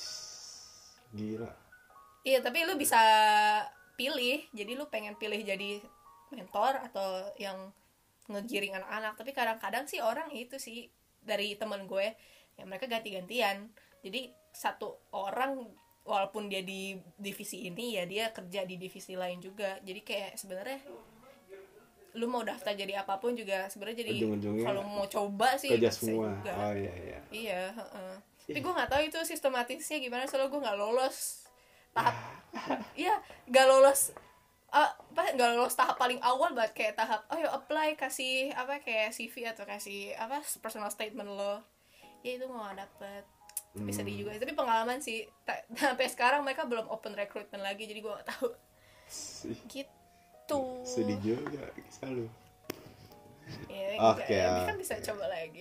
Gila. Iya, tapi lu bisa pilih. Jadi lu pengen pilih jadi mentor atau yang ngegiring anak-anak. Tapi kadang-kadang sih orang itu sih dari temen gue, ya mereka ganti-gantian. Jadi satu orang walaupun dia di divisi ini ya dia kerja di divisi lain juga. Jadi kayak sebenarnya lu mau daftar jadi apapun juga sebenarnya jadi Ujung-ujungnya kalau mau coba sih Kerja bisa semua. juga. Oh iya iya. Iya, heeh. Tapi gue nggak tahu itu sistematisnya gimana, soalnya gue nggak lolos tahap, iya nggak lolos, ah, apa nggak lolos tahap paling awal banget kayak tahap, oh ya apply kasih apa kayak C V atau kasih apa personal statement lo, ya itu gue nggak dapet. Tapi sedih juga, tapi pengalaman sih. Ta- sampai sekarang mereka belum open recruitment lagi, jadi gue nggak tahu. Sih. Gitu. Sedih juga kisah lu. Ya, Oke, enggak, ya, kan oke. bisa coba lagi.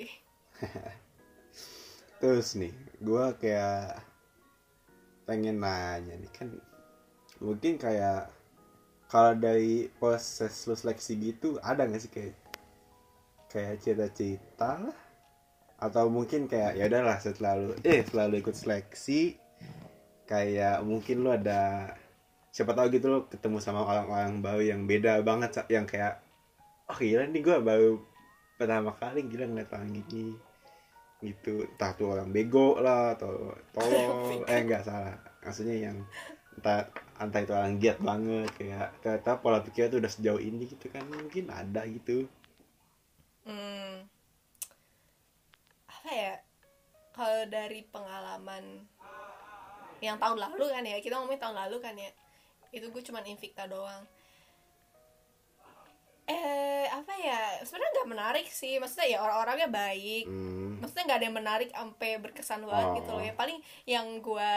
Terus nih, gua kayak pengen nanya nih kan, mungkin kayak kalau dari proses lu seleksi gitu ada nggak sih kayak kayak cita-cita lah, atau mungkin kayak ya udahlah setelah lu eh setelah lu ikut seleksi kayak mungkin lu ada siapa tahu gitu lo ketemu sama orang-orang baru yang beda banget, Sa- yang kayak oh gila nih gue baru pertama kali gila ngeliat orang gini gitu, entah tuh orang bego lah atau tolol eh enggak salah maksudnya yang entah entah itu orang giat banget kayak ternyata pola pikirnya tuh udah sejauh ini gitu kan, mungkin ada gitu. Hmm, apa ya? Kalau dari pengalaman yang tahun lalu kan ya, kita ngomongin tahun lalu kan ya, itu gue cuman Invicta doang. ya sebenarnya nggak menarik sih, maksudnya ya orang-orangnya baik, Hmm. maksudnya nggak ada yang menarik sampai berkesan banget gitu loh Oh. ya. Paling yang gue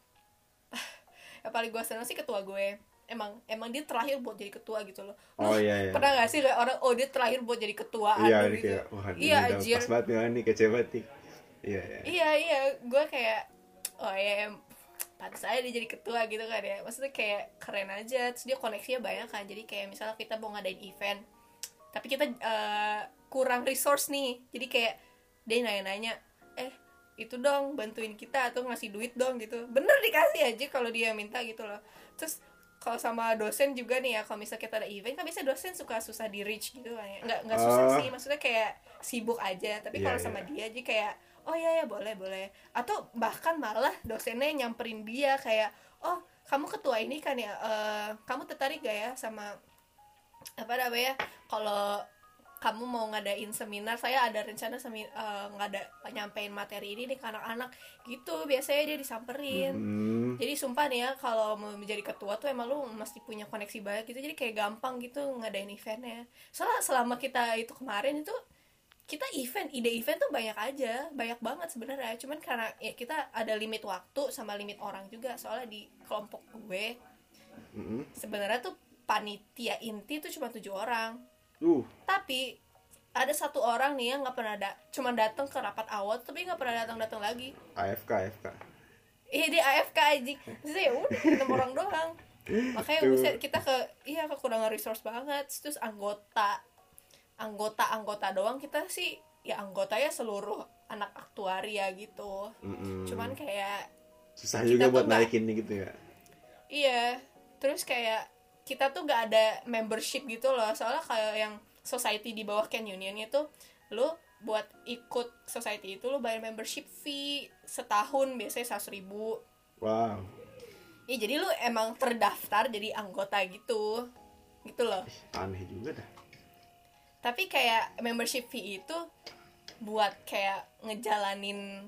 yang paling gue seneng sih ketua gue, emang emang dia terakhir buat jadi ketua gitu loh. Lu Oh iya iya. pernah gak sih kayak orang, oh dia terakhir buat jadi ketua Iya anu ini gitu. kayak wah ini Iya udah anjir. pas banget nih nih kece banget nih. Iya iya. Iya iya, gue kayak oh ya em, pantas aja dia jadi ketua gitu kan ya. Maksudnya kayak keren aja, terus dia koneksinya banyak kan. Jadi kayak misalnya kita mau ngadain event, tapi kita eh, kurang resource nih, jadi kayak dia nanya-nanya, eh itu dong bantuin kita atau ngasih duit dong gitu, bener dikasih aja kalau dia minta gitu loh. Terus kalau sama dosen juga nih ya, kalau misalnya kita ada event kan biasanya dosen suka susah di reach gitu kan ya, nggak nggak susah Oh. sih, maksudnya kayak sibuk aja, tapi Iya, kalau iya. sama dia aja kayak oh iya ya boleh boleh, atau bahkan malah dosennya nyamperin dia kayak oh kamu ketua ini kan ya, eh, kamu tertarik gak ya sama apa namanya, kalau kamu mau ngadain seminar, saya ada rencana semi uh, ngada nyampein materi ini nih ke anak-anak gitu, biasanya dia disamperin. Hmm. Jadi sumpah nih ya, kalau mau menjadi ketua tuh emang lu mesti punya koneksi banyak gitu, jadi kayak gampang gitu ngadain eventnya. Soalnya selama kita itu kemarin itu kita event, ide event tuh banyak aja, banyak banget sebenarnya, cuman karena ya kita ada limit waktu sama limit orang juga. Soalnya di kelompok gue Mm-mm. sebenarnya tuh panitia inti tuh cuma tujuh orang, Uh. tapi ada satu orang nih yang nggak pernah ada, cuma datang ke rapat awal tapi nggak pernah datang datang lagi. A F K A F K. Iya dia A F K aja, terus ya udah enam orang doang. Makanya Tuh. buset, kita ke iya kekurangan resource banget. Terus anggota anggota anggota doang kita sih, ya anggotanya seluruh anak aktuaria gitu. Mm-mm. Cuman kayak Susah kita juga tuh buat nggak- naikin nih gitu ya. iya, terus kayak kita tuh gak ada membership gitu loh. Soalnya kayak yang society di bawah Can Union itu, lu buat ikut society itu lu bayar membership fee setahun, biasanya seratus ribu. Wow. Ya jadi lu emang terdaftar jadi anggota gitu, gitu loh. Ih, aneh juga dah. Tapi kayak membership fee itu buat kayak ngejalanin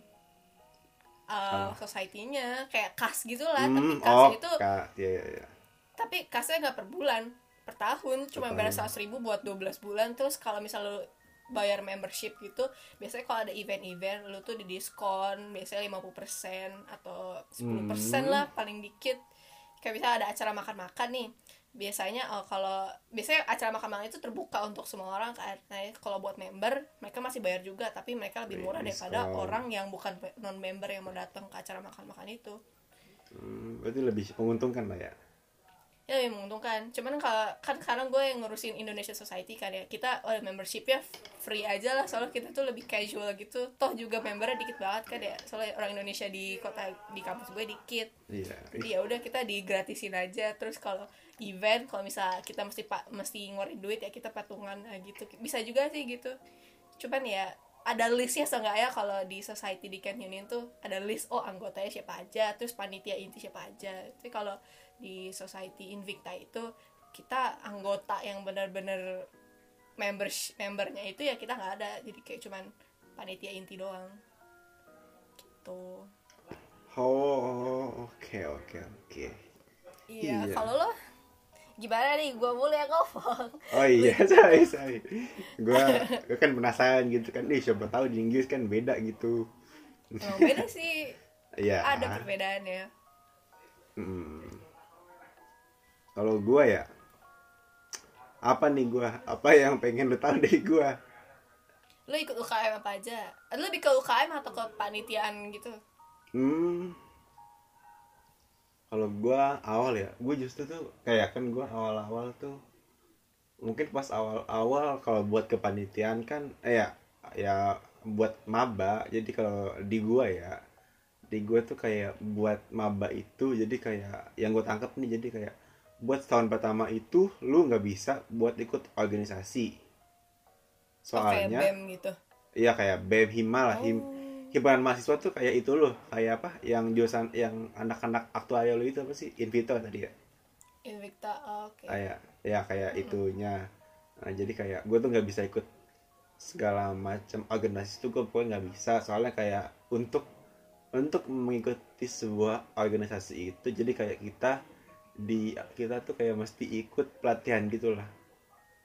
uh, society-nya, kayak kas gitulah. Tapi Hmm, kasnya oh, itu Kak. Iya iya iya. tapi kasnya nggak per bulan, per tahun, cuma Per bayar tahun. seratus ribu buat dua belas bulan. Terus kalau misal lu bayar membership gitu, biasanya kalau ada event-event lu tuh di diskon, biasanya lima puluh persen atau sepuluh persen Hmm. lah paling dikit. Kayak misalnya ada acara makan-makan nih, biasanya oh, kalau biasanya acara makan-makan itu terbuka untuk semua orang kan. Nah kalau buat member mereka masih bayar juga, tapi mereka lebih murah Wih, daripada diskon. orang yang bukan non member yang mau datang ke acara makan-makan itu. Hmm, berarti lebih menguntungkan lah ya. Ya lebih menguntungkan. Cuman kalau kan sekarang gue yang ngurusin Indonesia Society kan ya, kita oh, membershipnya free aja lah, soalnya kita tuh lebih casual gitu. Toh juga membernya dikit banget kan ya, soalnya orang Indonesia di kota di kampus gue dikit. Iya. Jadi ya udah kita digratisin aja. Terus kalau event, kalau misal kita mesti pak mesti ngeluarin duit ya kita patungan nah, gitu. Bisa juga sih gitu. Cuman ya ada listnya seenggaknya kalau di society di Can Union tuh ada list, oh anggotanya siapa aja, terus panitia inti siapa aja. Tapi kalau di society Invicta itu kita anggota yang benar-benar members membernya itu ya kita nggak ada, jadi kayak cuman panitia inti doang gitu. Oh, oke oke oke. Iya, Iya. kalau lo gimana nih, gue boleh ya ngomong. Oh iya, sorry, sorry. Gua, gua kan penasaran gitu kan. Ih, siapa tahu di Inggris kan beda gitu. Emang beda sih, Iya. ada perbedaannya. Hmm. Kalau gua ya, apa nih gua? Apa yang pengen lu tahu dari gua? Lo ikut U K M apa aja? Lo lebih ke U K M atau ke panitiaan gitu? Hmm. Kalau gua awal ya, gua justru tuh kayak kan gua awal-awal tuh mungkin pas awal-awal kalau buat kepanitiaan kan eh ya ya buat maba. Jadi kalau di gua ya, di gua tuh kayak buat maba itu jadi kayak yang gua tangkap nih, jadi kayak buat tahun pertama itu lu nggak bisa buat ikut organisasi. Oh, kayak Soalnya B E M gitu. iya kayak B E M Hima lah, him, Oh, himpunan mahasiswa tuh kayak itu loh, kayak apa yang jurusan yang anak-anak aktuaria lo itu apa sih, Invito tadi ya, Invicta, oh, oke. kayak ya kayak itunya. Nah, jadi kayak gue tuh nggak bisa ikut segala macam organisasi itu, gue pokoknya nggak bisa. Soalnya kayak untuk untuk mengikuti sebuah organisasi itu jadi kayak kita di kita tuh kayak mesti ikut pelatihan gitulah.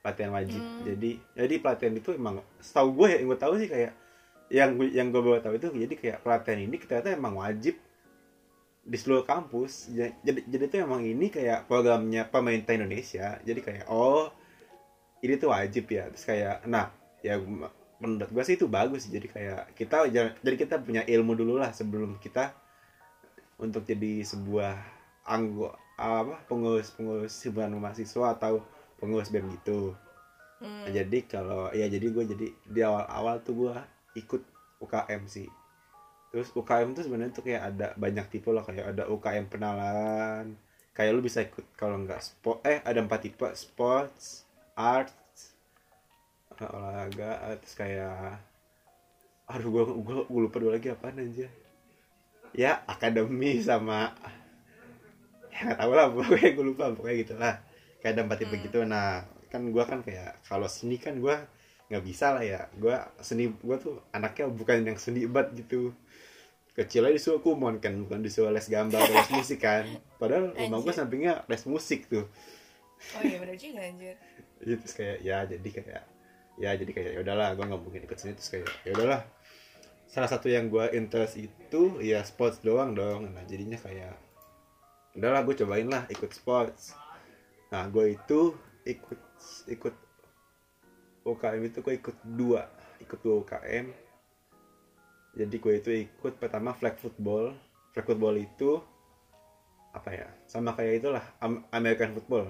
pelatihan wajib. Hmm. Jadi jadi pelatihan itu emang setahu gue ya, yang gue tahu sih kayak yang gue yang gue bawa tahu itu jadi kayak pelatihan ini ternyata emang wajib di seluruh kampus. Ja- Jadi jadi itu emang ini kayak programnya pemerintah Indonesia. Jadi kayak oh ini tuh wajib ya. Terus kayak nah ya menurut gue sih itu bagus. Jadi kayak kita jadi kita punya ilmu dulu lah sebelum kita untuk jadi sebuah anggota apa pengurus pengurus himpunan mahasiswa atau pengurus B E M gitu. Hmm. Nah, jadi kalau ya jadi gue jadi di awal-awal tuh gue ikut U K M sih. Terus U K M tuh sebenarnya tuh kayak ada banyak tipe loh, kayak ada U K M penalaran. Kayak lu bisa ikut kalau nggak sport eh ada empat tipe, sports, arts, olahraga, terus kayak aduh gue gue, gue lupa dua lagi apaan aja. Ya akademi sama ya nggak tahu lah pokoknya gue lupa pokoknya gitu lah. Kayak ada empat tipe Hmm. gitu. Nah kan gue kan kayak kalau seni kan gue nggak bisa lah ya. Gue seni gue tuh anaknya bukan yang seni banget gitu. Kecil aja disuruh kumon kan, bukan disuruh les gambar atau les musik kan. Padahal rumah gue Anjir. sampingnya les musik tuh. Oh iya benar juga anjir. Itu terus kayak ya jadi kayak ya jadi kayak ya udahlah gue nggak mungkin ikut sini. Terus kayak ya udahlah, salah satu yang gue interest itu ya sports doang dong. Nah jadinya kayak udahlah gue cobain lah ikut sports. Nah gue itu ikut ikut U K M itu gue ikut dua ikut dua U K M. Jadi gue itu ikut pertama flag football. Flag football itu apa ya, sama kayak itulah American football.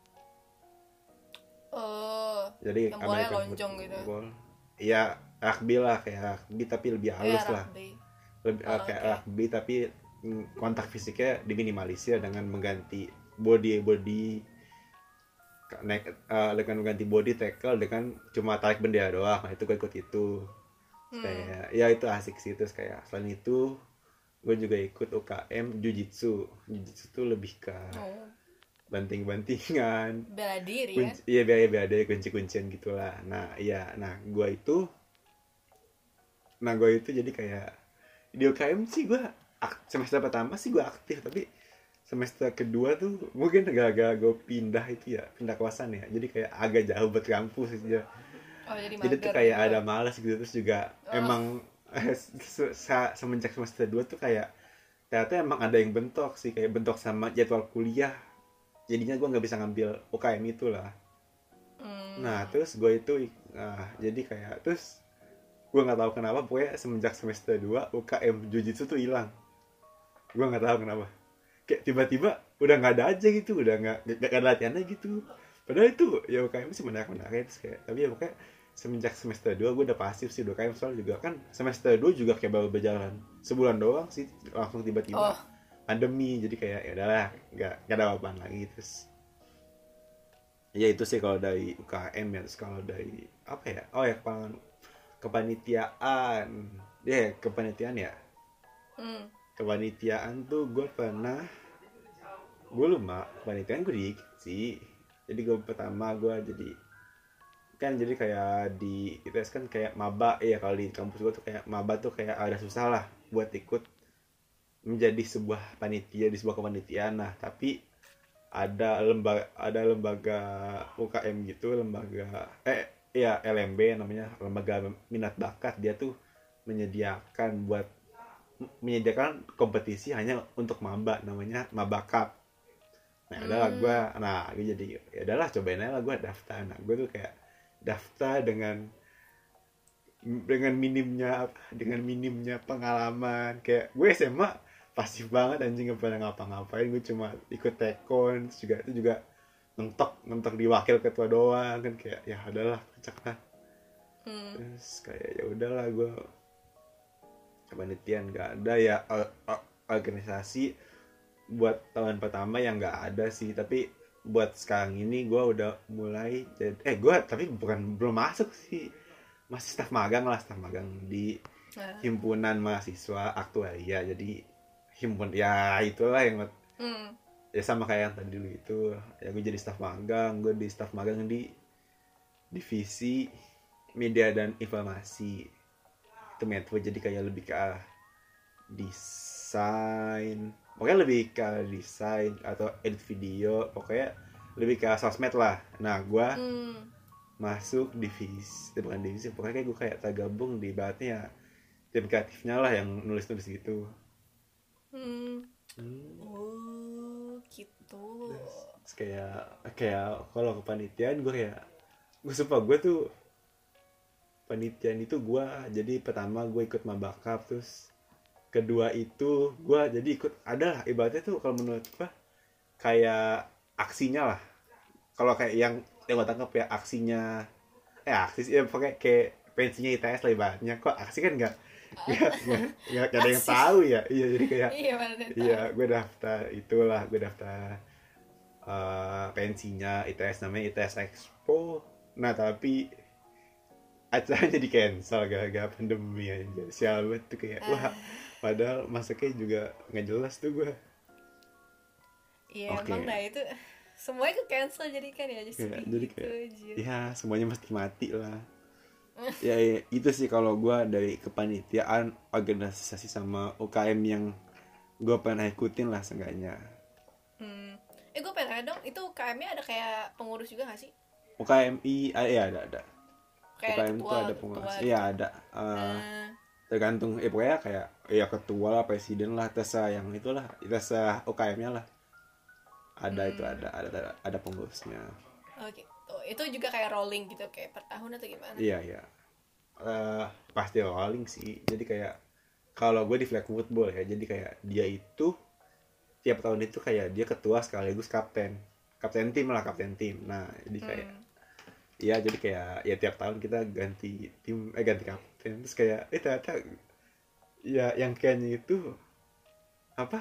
Oh, Jadi yang bolanya American lonjong gitu. football iya rugby lah, kayak rugby tapi lebih Ya halus lah, rugby. lebih Oh, kayak oke. rugby tapi mm, kontak fisiknya diminimalisir dengan mengganti body body naik eh, dengan mengganti body tackle dengan cuma tarik bendera doang. Nah, itu gue ikut itu. Terus Hmm. kayak ya itu asik sih. Terus kayak selain itu gue juga ikut U K M Jujitsu. Jujitsu tuh lebih ke Oh, banting-bantingan, bela diri ya. kunci, iya biaya biaya ada kunci-kuncian gitulah. Nah iya, nah gue itu nah gue itu jadi kayak di U K M sih gue ak- semester pertama sih gue aktif, tapi semester kedua tuh mungkin gara-gara gue pindah itu ya, pindah kawasan ya, jadi kayak agak jauh buat kampus aja. Oh jadi Jadi tuh mager kayak gitu. ada malas gitu. Terus juga Oh. emang se- se- semenjak semester dua tuh kayak ternyata emang ada yang bentok sih, kayak bentok sama jadwal kuliah. Jadinya gue nggak bisa ngambil U K M itu lah. Hmm. Nah terus gue itu nah, jadi kayak terus gue nggak tahu kenapa pokoknya semenjak semester dua U K M Jujitsu tuh hilang. Gue nggak tahu kenapa, kayak tiba-tiba udah nggak ada aja gitu, udah nggak nggak ada latihannya gitu. Padahal itu ya U K M sih menarik-menarik terus kayak, tapi ya pokoknya semenjak semester dua gue udah pasif sih. U K M soal juga kan semester dua juga kayak baru berjalan sebulan doang sih, langsung tiba-tiba Oh. pandemi. Jadi kayak ya udahlah, nggak nggak ada apa-apaan lagi. Terus ya itu sih kalau dari U K M ya. Terus kalau dari apa ya, oh ya kepan- kepanitiaan ya yeah, kepanitiaan ya Hmm. kepanitiaan tuh gue pernah, gue lupa kepanitiaan gue dikit sih. Jadi gue pertama gue jadi kan jadi kayak di I T S kan kayak maba ya, kalau di kampus gue tuh kayak maba tuh kayak ada susah lah buat ikut menjadi sebuah panitia di sebuah kepanitiaan. Nah tapi ada lembaga ada lembaga U K M gitu, lembaga eh ya L M B namanya, lembaga minat bakat. Dia tuh menyediakan buat menyediakan kompetisi hanya untuk maba, namanya Maba Cup. Nah adalah Hmm. gue, nah gue jadi ya udahlah cobain aja lah gue daftar. Nah gue tuh kayak daftar dengan dengan minimnya dengan minimnya pengalaman. Kayak gue S M A pasif banget anjing, gak pernah ngapa-ngapain. Gue cuma ikut tekon, terus juga itu juga mentok mentok di wakil ketua doang kan. Kayak ya udahlah kocak lah. Hmm. Terus kayak ya udahlah gue kepanitiaan gak ada ya, or- or- organisasi buat tahun pertama yang nggak ada sih. Tapi buat sekarang ini gue udah mulai jadi, eh gue tapi bukan belum masuk sih, masih staf magang lah, staf magang di Nah. himpunan mahasiswa aktuaria. Jadi himpun ya itulah yang Hmm. ya sama kayak yang tadi dulu itu ya. Gue jadi staf magang, gue di staf magang di divisi media dan informasi itu Metro. Jadi kayak lebih ke arah desain, pokoknya lebih ke desain atau edit video, pokoknya lebih ke sosmed lah. Nah gue Hmm. masuk divisi, eh, bukan divisi, pokoknya kayak gue kayak tergabung di ibaratnya ya tim kreatifnya lah yang nulis-nulis gitu. Hmm. Hmm. Oh gitu. Terus kayak kayak kalau kepanitiaan gue kayak gue sumpah gue tuh panitiaan itu gue jadi pertama gue ikut mabakap, terus kedua itu gue jadi ikut ada lah ibaratnya tuh kalau menurut gue kayak aksinya lah, kalau kayak yang yang gue tangkap ya aksinya eh aksi ya pokoknya kayak pensinya I T S lah ibaratnya, kok aksi kan nggak nggak nggak nggak ada yang Aksi. tahu ya, iya jadi kayak Iya mana dia tahu. iya gue daftar itulah gue daftar uh, pensinya I T S namanya I T S Expo, nah tapi acaranya di cancel gara-gara pandemi aja, sial banget tuh kayak wah, padahal masuknya juga nggak jelas tuh gue. Iya Oke. emang dah itu semuanya ke cancel jadi kan ya jadi Ya, sedih jadi gitu kayak anjir. ya semuanya mesti mati lah. Ya, ya itu sih kalau gue dari kepanitiaan organisasi sama U K M yang gue pernah ikutin lah seenggaknya. Hmm. Eh gue pengen tanya dong, itu K M-nya ada kayak pengurus juga gak sih? U K M I ah, ya ada ada. Kayak U K M ada itu ketua, ada ketua pengurus. gitu. Iya ada. Uh, Nah, tergantung eh pokoknya kayak ya ketua lah, presiden lah, terserah yang itulah, terserah U K M-nya lah. Ada Hmm. itu ada ada ada, ada pengurusnya. oh gitu. Itu juga kayak rolling gitu kayak per tahun atau gimana? Iya iya. Uh, pasti rolling sih. Jadi kayak kalau gue di flag football ya, jadi kayak dia itu tiap tahun itu kayak dia ketua sekaligus kapten, kapten tim lah, kapten tim. Nah jadi kayak Hmm. ya jadi kayak ya tiap tahun kita ganti tim eh ganti kapten, terus kayak eh ternyata ya yang kayaknya itu apa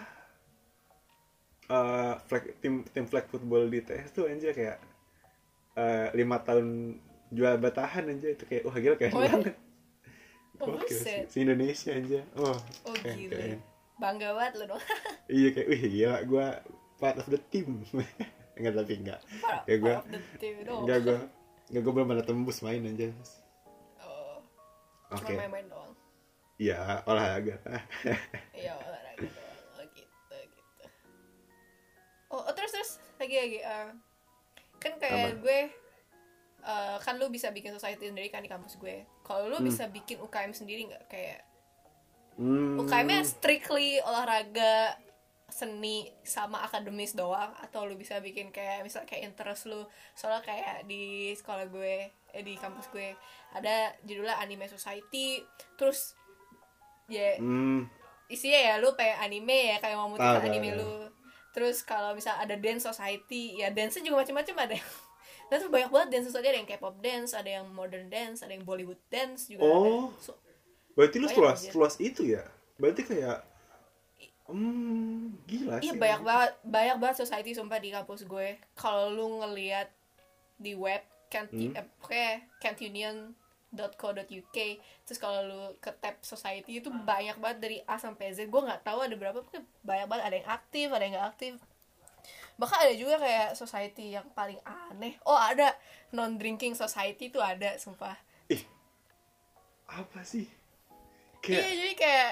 uh, flag tim tim flag football di T S tuh anjir kayak uh, lima tahun juara bertahan anjir, itu kayak wah gila keren Oh, ya? banget. Oh, Gokil sih. buset. Si Indonesia aja. Oh, Oh keren, gila. keren. Bangga banget lu dong. Iya kayak wih gila gue part of the team. Enggak tapi enggak. Part Kayak gue of the team dong. enggak gue enggak gue belum pernah tembus main aja. Oh, Oke. cuma main-main doang. Iya, olahraga. Iya olahraga doang. Oh gitu gitu. Oh, oh terus terus lagi lagi. Uh, kan kayak Apa? gue uh, kan lu bisa bikin society sendiri kan di kampus gue. Kalau lu Hmm. bisa bikin U K M sendiri nggak? Kayak Hmm. U K M-nya strictly olahraga, seni sama akademis doang, atau lu bisa bikin kayak misal kayak interest lu. Soalnya kayak di sekolah gue eh di kampus gue ada judulnya anime society, terus ya Hmm. isinya ya lu kayak anime ya kayak mau Tahu, mutika anime tahu, lu. Terus kalau misal ada dance society ya dance juga macam-macam ada yang dan tuh banyak banget dance society, ada yang K-pop dance, ada yang modern dance, ada yang Bollywood dance juga Oh. ada. So, Berarti lu banyak, seluas anjir. seluas itu ya? Berarti kayak hmm, gila sih. iya banyak banget banyak banget society sumpah di kampus gue. Kalau lu ngelihat di web Kent Hmm. eh, pokoknya kent union dot co dot u k, terus kalau lu ke tab society itu banyak banget dari A sampai Z. Gue nggak tahu ada berapa, pokoknya banyak banget, ada yang aktif ada yang nggak aktif. Bahkan ada juga kayak society yang paling aneh. Oh ada non drinking society tuh ada sumpah. Ih. Apa sih? Iya Kayak jadi kayak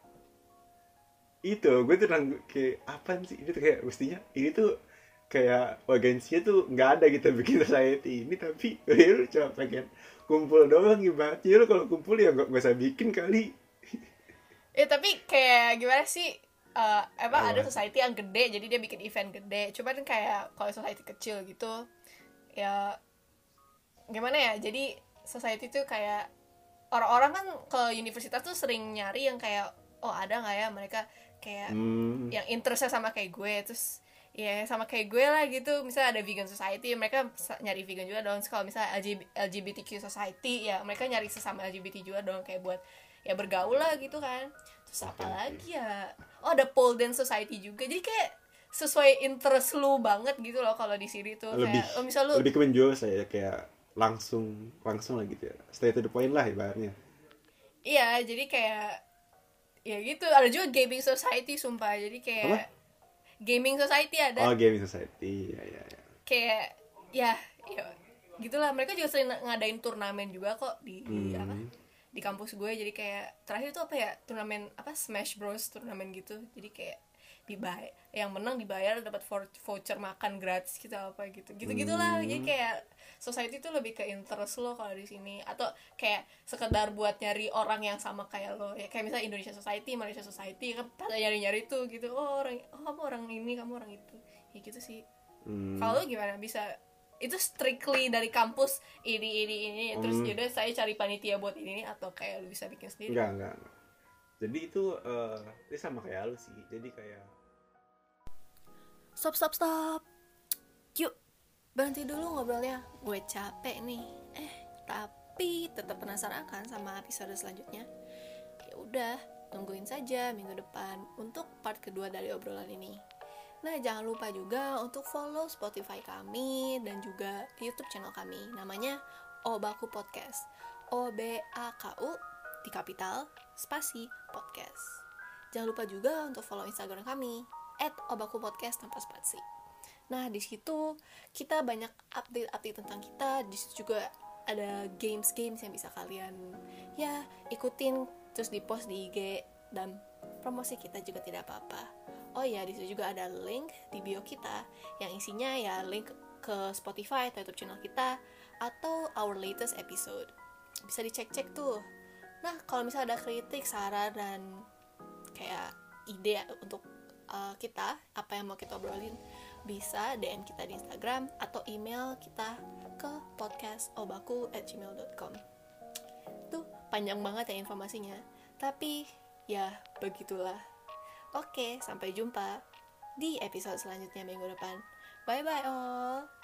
itu gue tuh nang kayak apa sih ini tuh kayak mestinya ini tuh kayak organisasinya tuh nggak ada gitu bikin society ini, tapi ya lu cuma pengen kumpul doang ibaratnya, lu kalau kumpul ya nggak nggak usah bikin kali. ya tapi kayak gimana sih, uh, emang Apa? ada society yang gede jadi dia bikin event gede, cuman kayak kalau society kecil gitu ya gimana ya, jadi society tuh kayak orang-orang kan ke universitas tuh sering nyari yang kayak oh ada nggak ya mereka kayak Hmm. yang interestnya sama kayak gue, terus ya sama kayak gue lah gitu. Misalnya ada vegan society, mereka sa- nyari vegan juga dong. Kalau misalnya L G B- L G B T Q society ya mereka nyari sesama L G B T juga dong, kayak buat ya bergaul lah gitu kan. Terus apa Oke, oke. lagi ya, oh ada pole dance society juga, jadi kayak sesuai interest lu banget gitu loh kalau di sini tuh. Lebih Kayak oh, misal lu lebih ke menjual saya kayak langsung langsung lah gitu ya, stay to the point lah ibaratnya. iya jadi kayak ya gitu. Ada juga gaming society sumpah, jadi kayak Apa? gaming society ada. Oh, gaming society ya ya ya. Kayak ya ya gitulah, mereka juga sering ngadain turnamen juga kok di, di Hmm. apa di kampus gue. Jadi kayak terakhir tuh apa ya, turnamen apa Smash Bros turnamen gitu, jadi kayak dibayar, yang menang dibayar dapat voucher makan gratis gitu apa gitu gitu gitulah. Hmm. Jadi kayak society itu lebih ke interest lo kalau di sini, atau kayak sekedar buat nyari orang yang sama kayak lo ya, kayak misalnya Indonesia Society, Malaysia Society kan pada nyari-nyari tuh gitu, oh orang, oh kamu orang ini, kamu orang itu, ya gitu sih. Hmm. Kalau lo gimana, bisa itu strictly dari kampus ini ini ini terus Hmm. yaudah saya cari panitia buat ini, ini atau kayak lu bisa bikin sendiri? Enggak, enggak, enggak. Jadi itu eh ini sama kayak lu sih. Jadi kayak Stop stop stop. Yuk berhenti dulu ngobrolnya. Gue capek nih. Eh tapi tetap penasaran kan sama episode selanjutnya? Ya udah, tungguin saja minggu depan untuk part kedua dari obrolan ini. Nah, jangan lupa juga untuk follow Spotify kami dan juga YouTube channel kami. Namanya Obaku Podcast. O B A K U di kapital, spasi podcast. Jangan lupa juga untuk follow Instagram kami et obaku podcast tanpa spasi. Nah, di situ kita banyak update-update tentang kita. Di situ juga ada games-games yang bisa kalian ya ikutin, terus di-post di I G, dan promosi kita juga tidak apa-apa. Oh ya, di situ juga ada link di bio kita yang isinya ya link ke Spotify atau YouTube channel kita atau our latest episode. Bisa dicek-cek tuh. Nah, kalau misalnya ada kritik, saran, dan kayak ide untuk uh, kita, apa yang mau kita obrolin, bisa D M kita di Instagram atau email kita ke podcast obaku at gmail dot com. Tuh, panjang banget ya informasinya. Tapi, ya begitulah. Oke, sampai jumpa di episode selanjutnya minggu depan. Bye-bye all.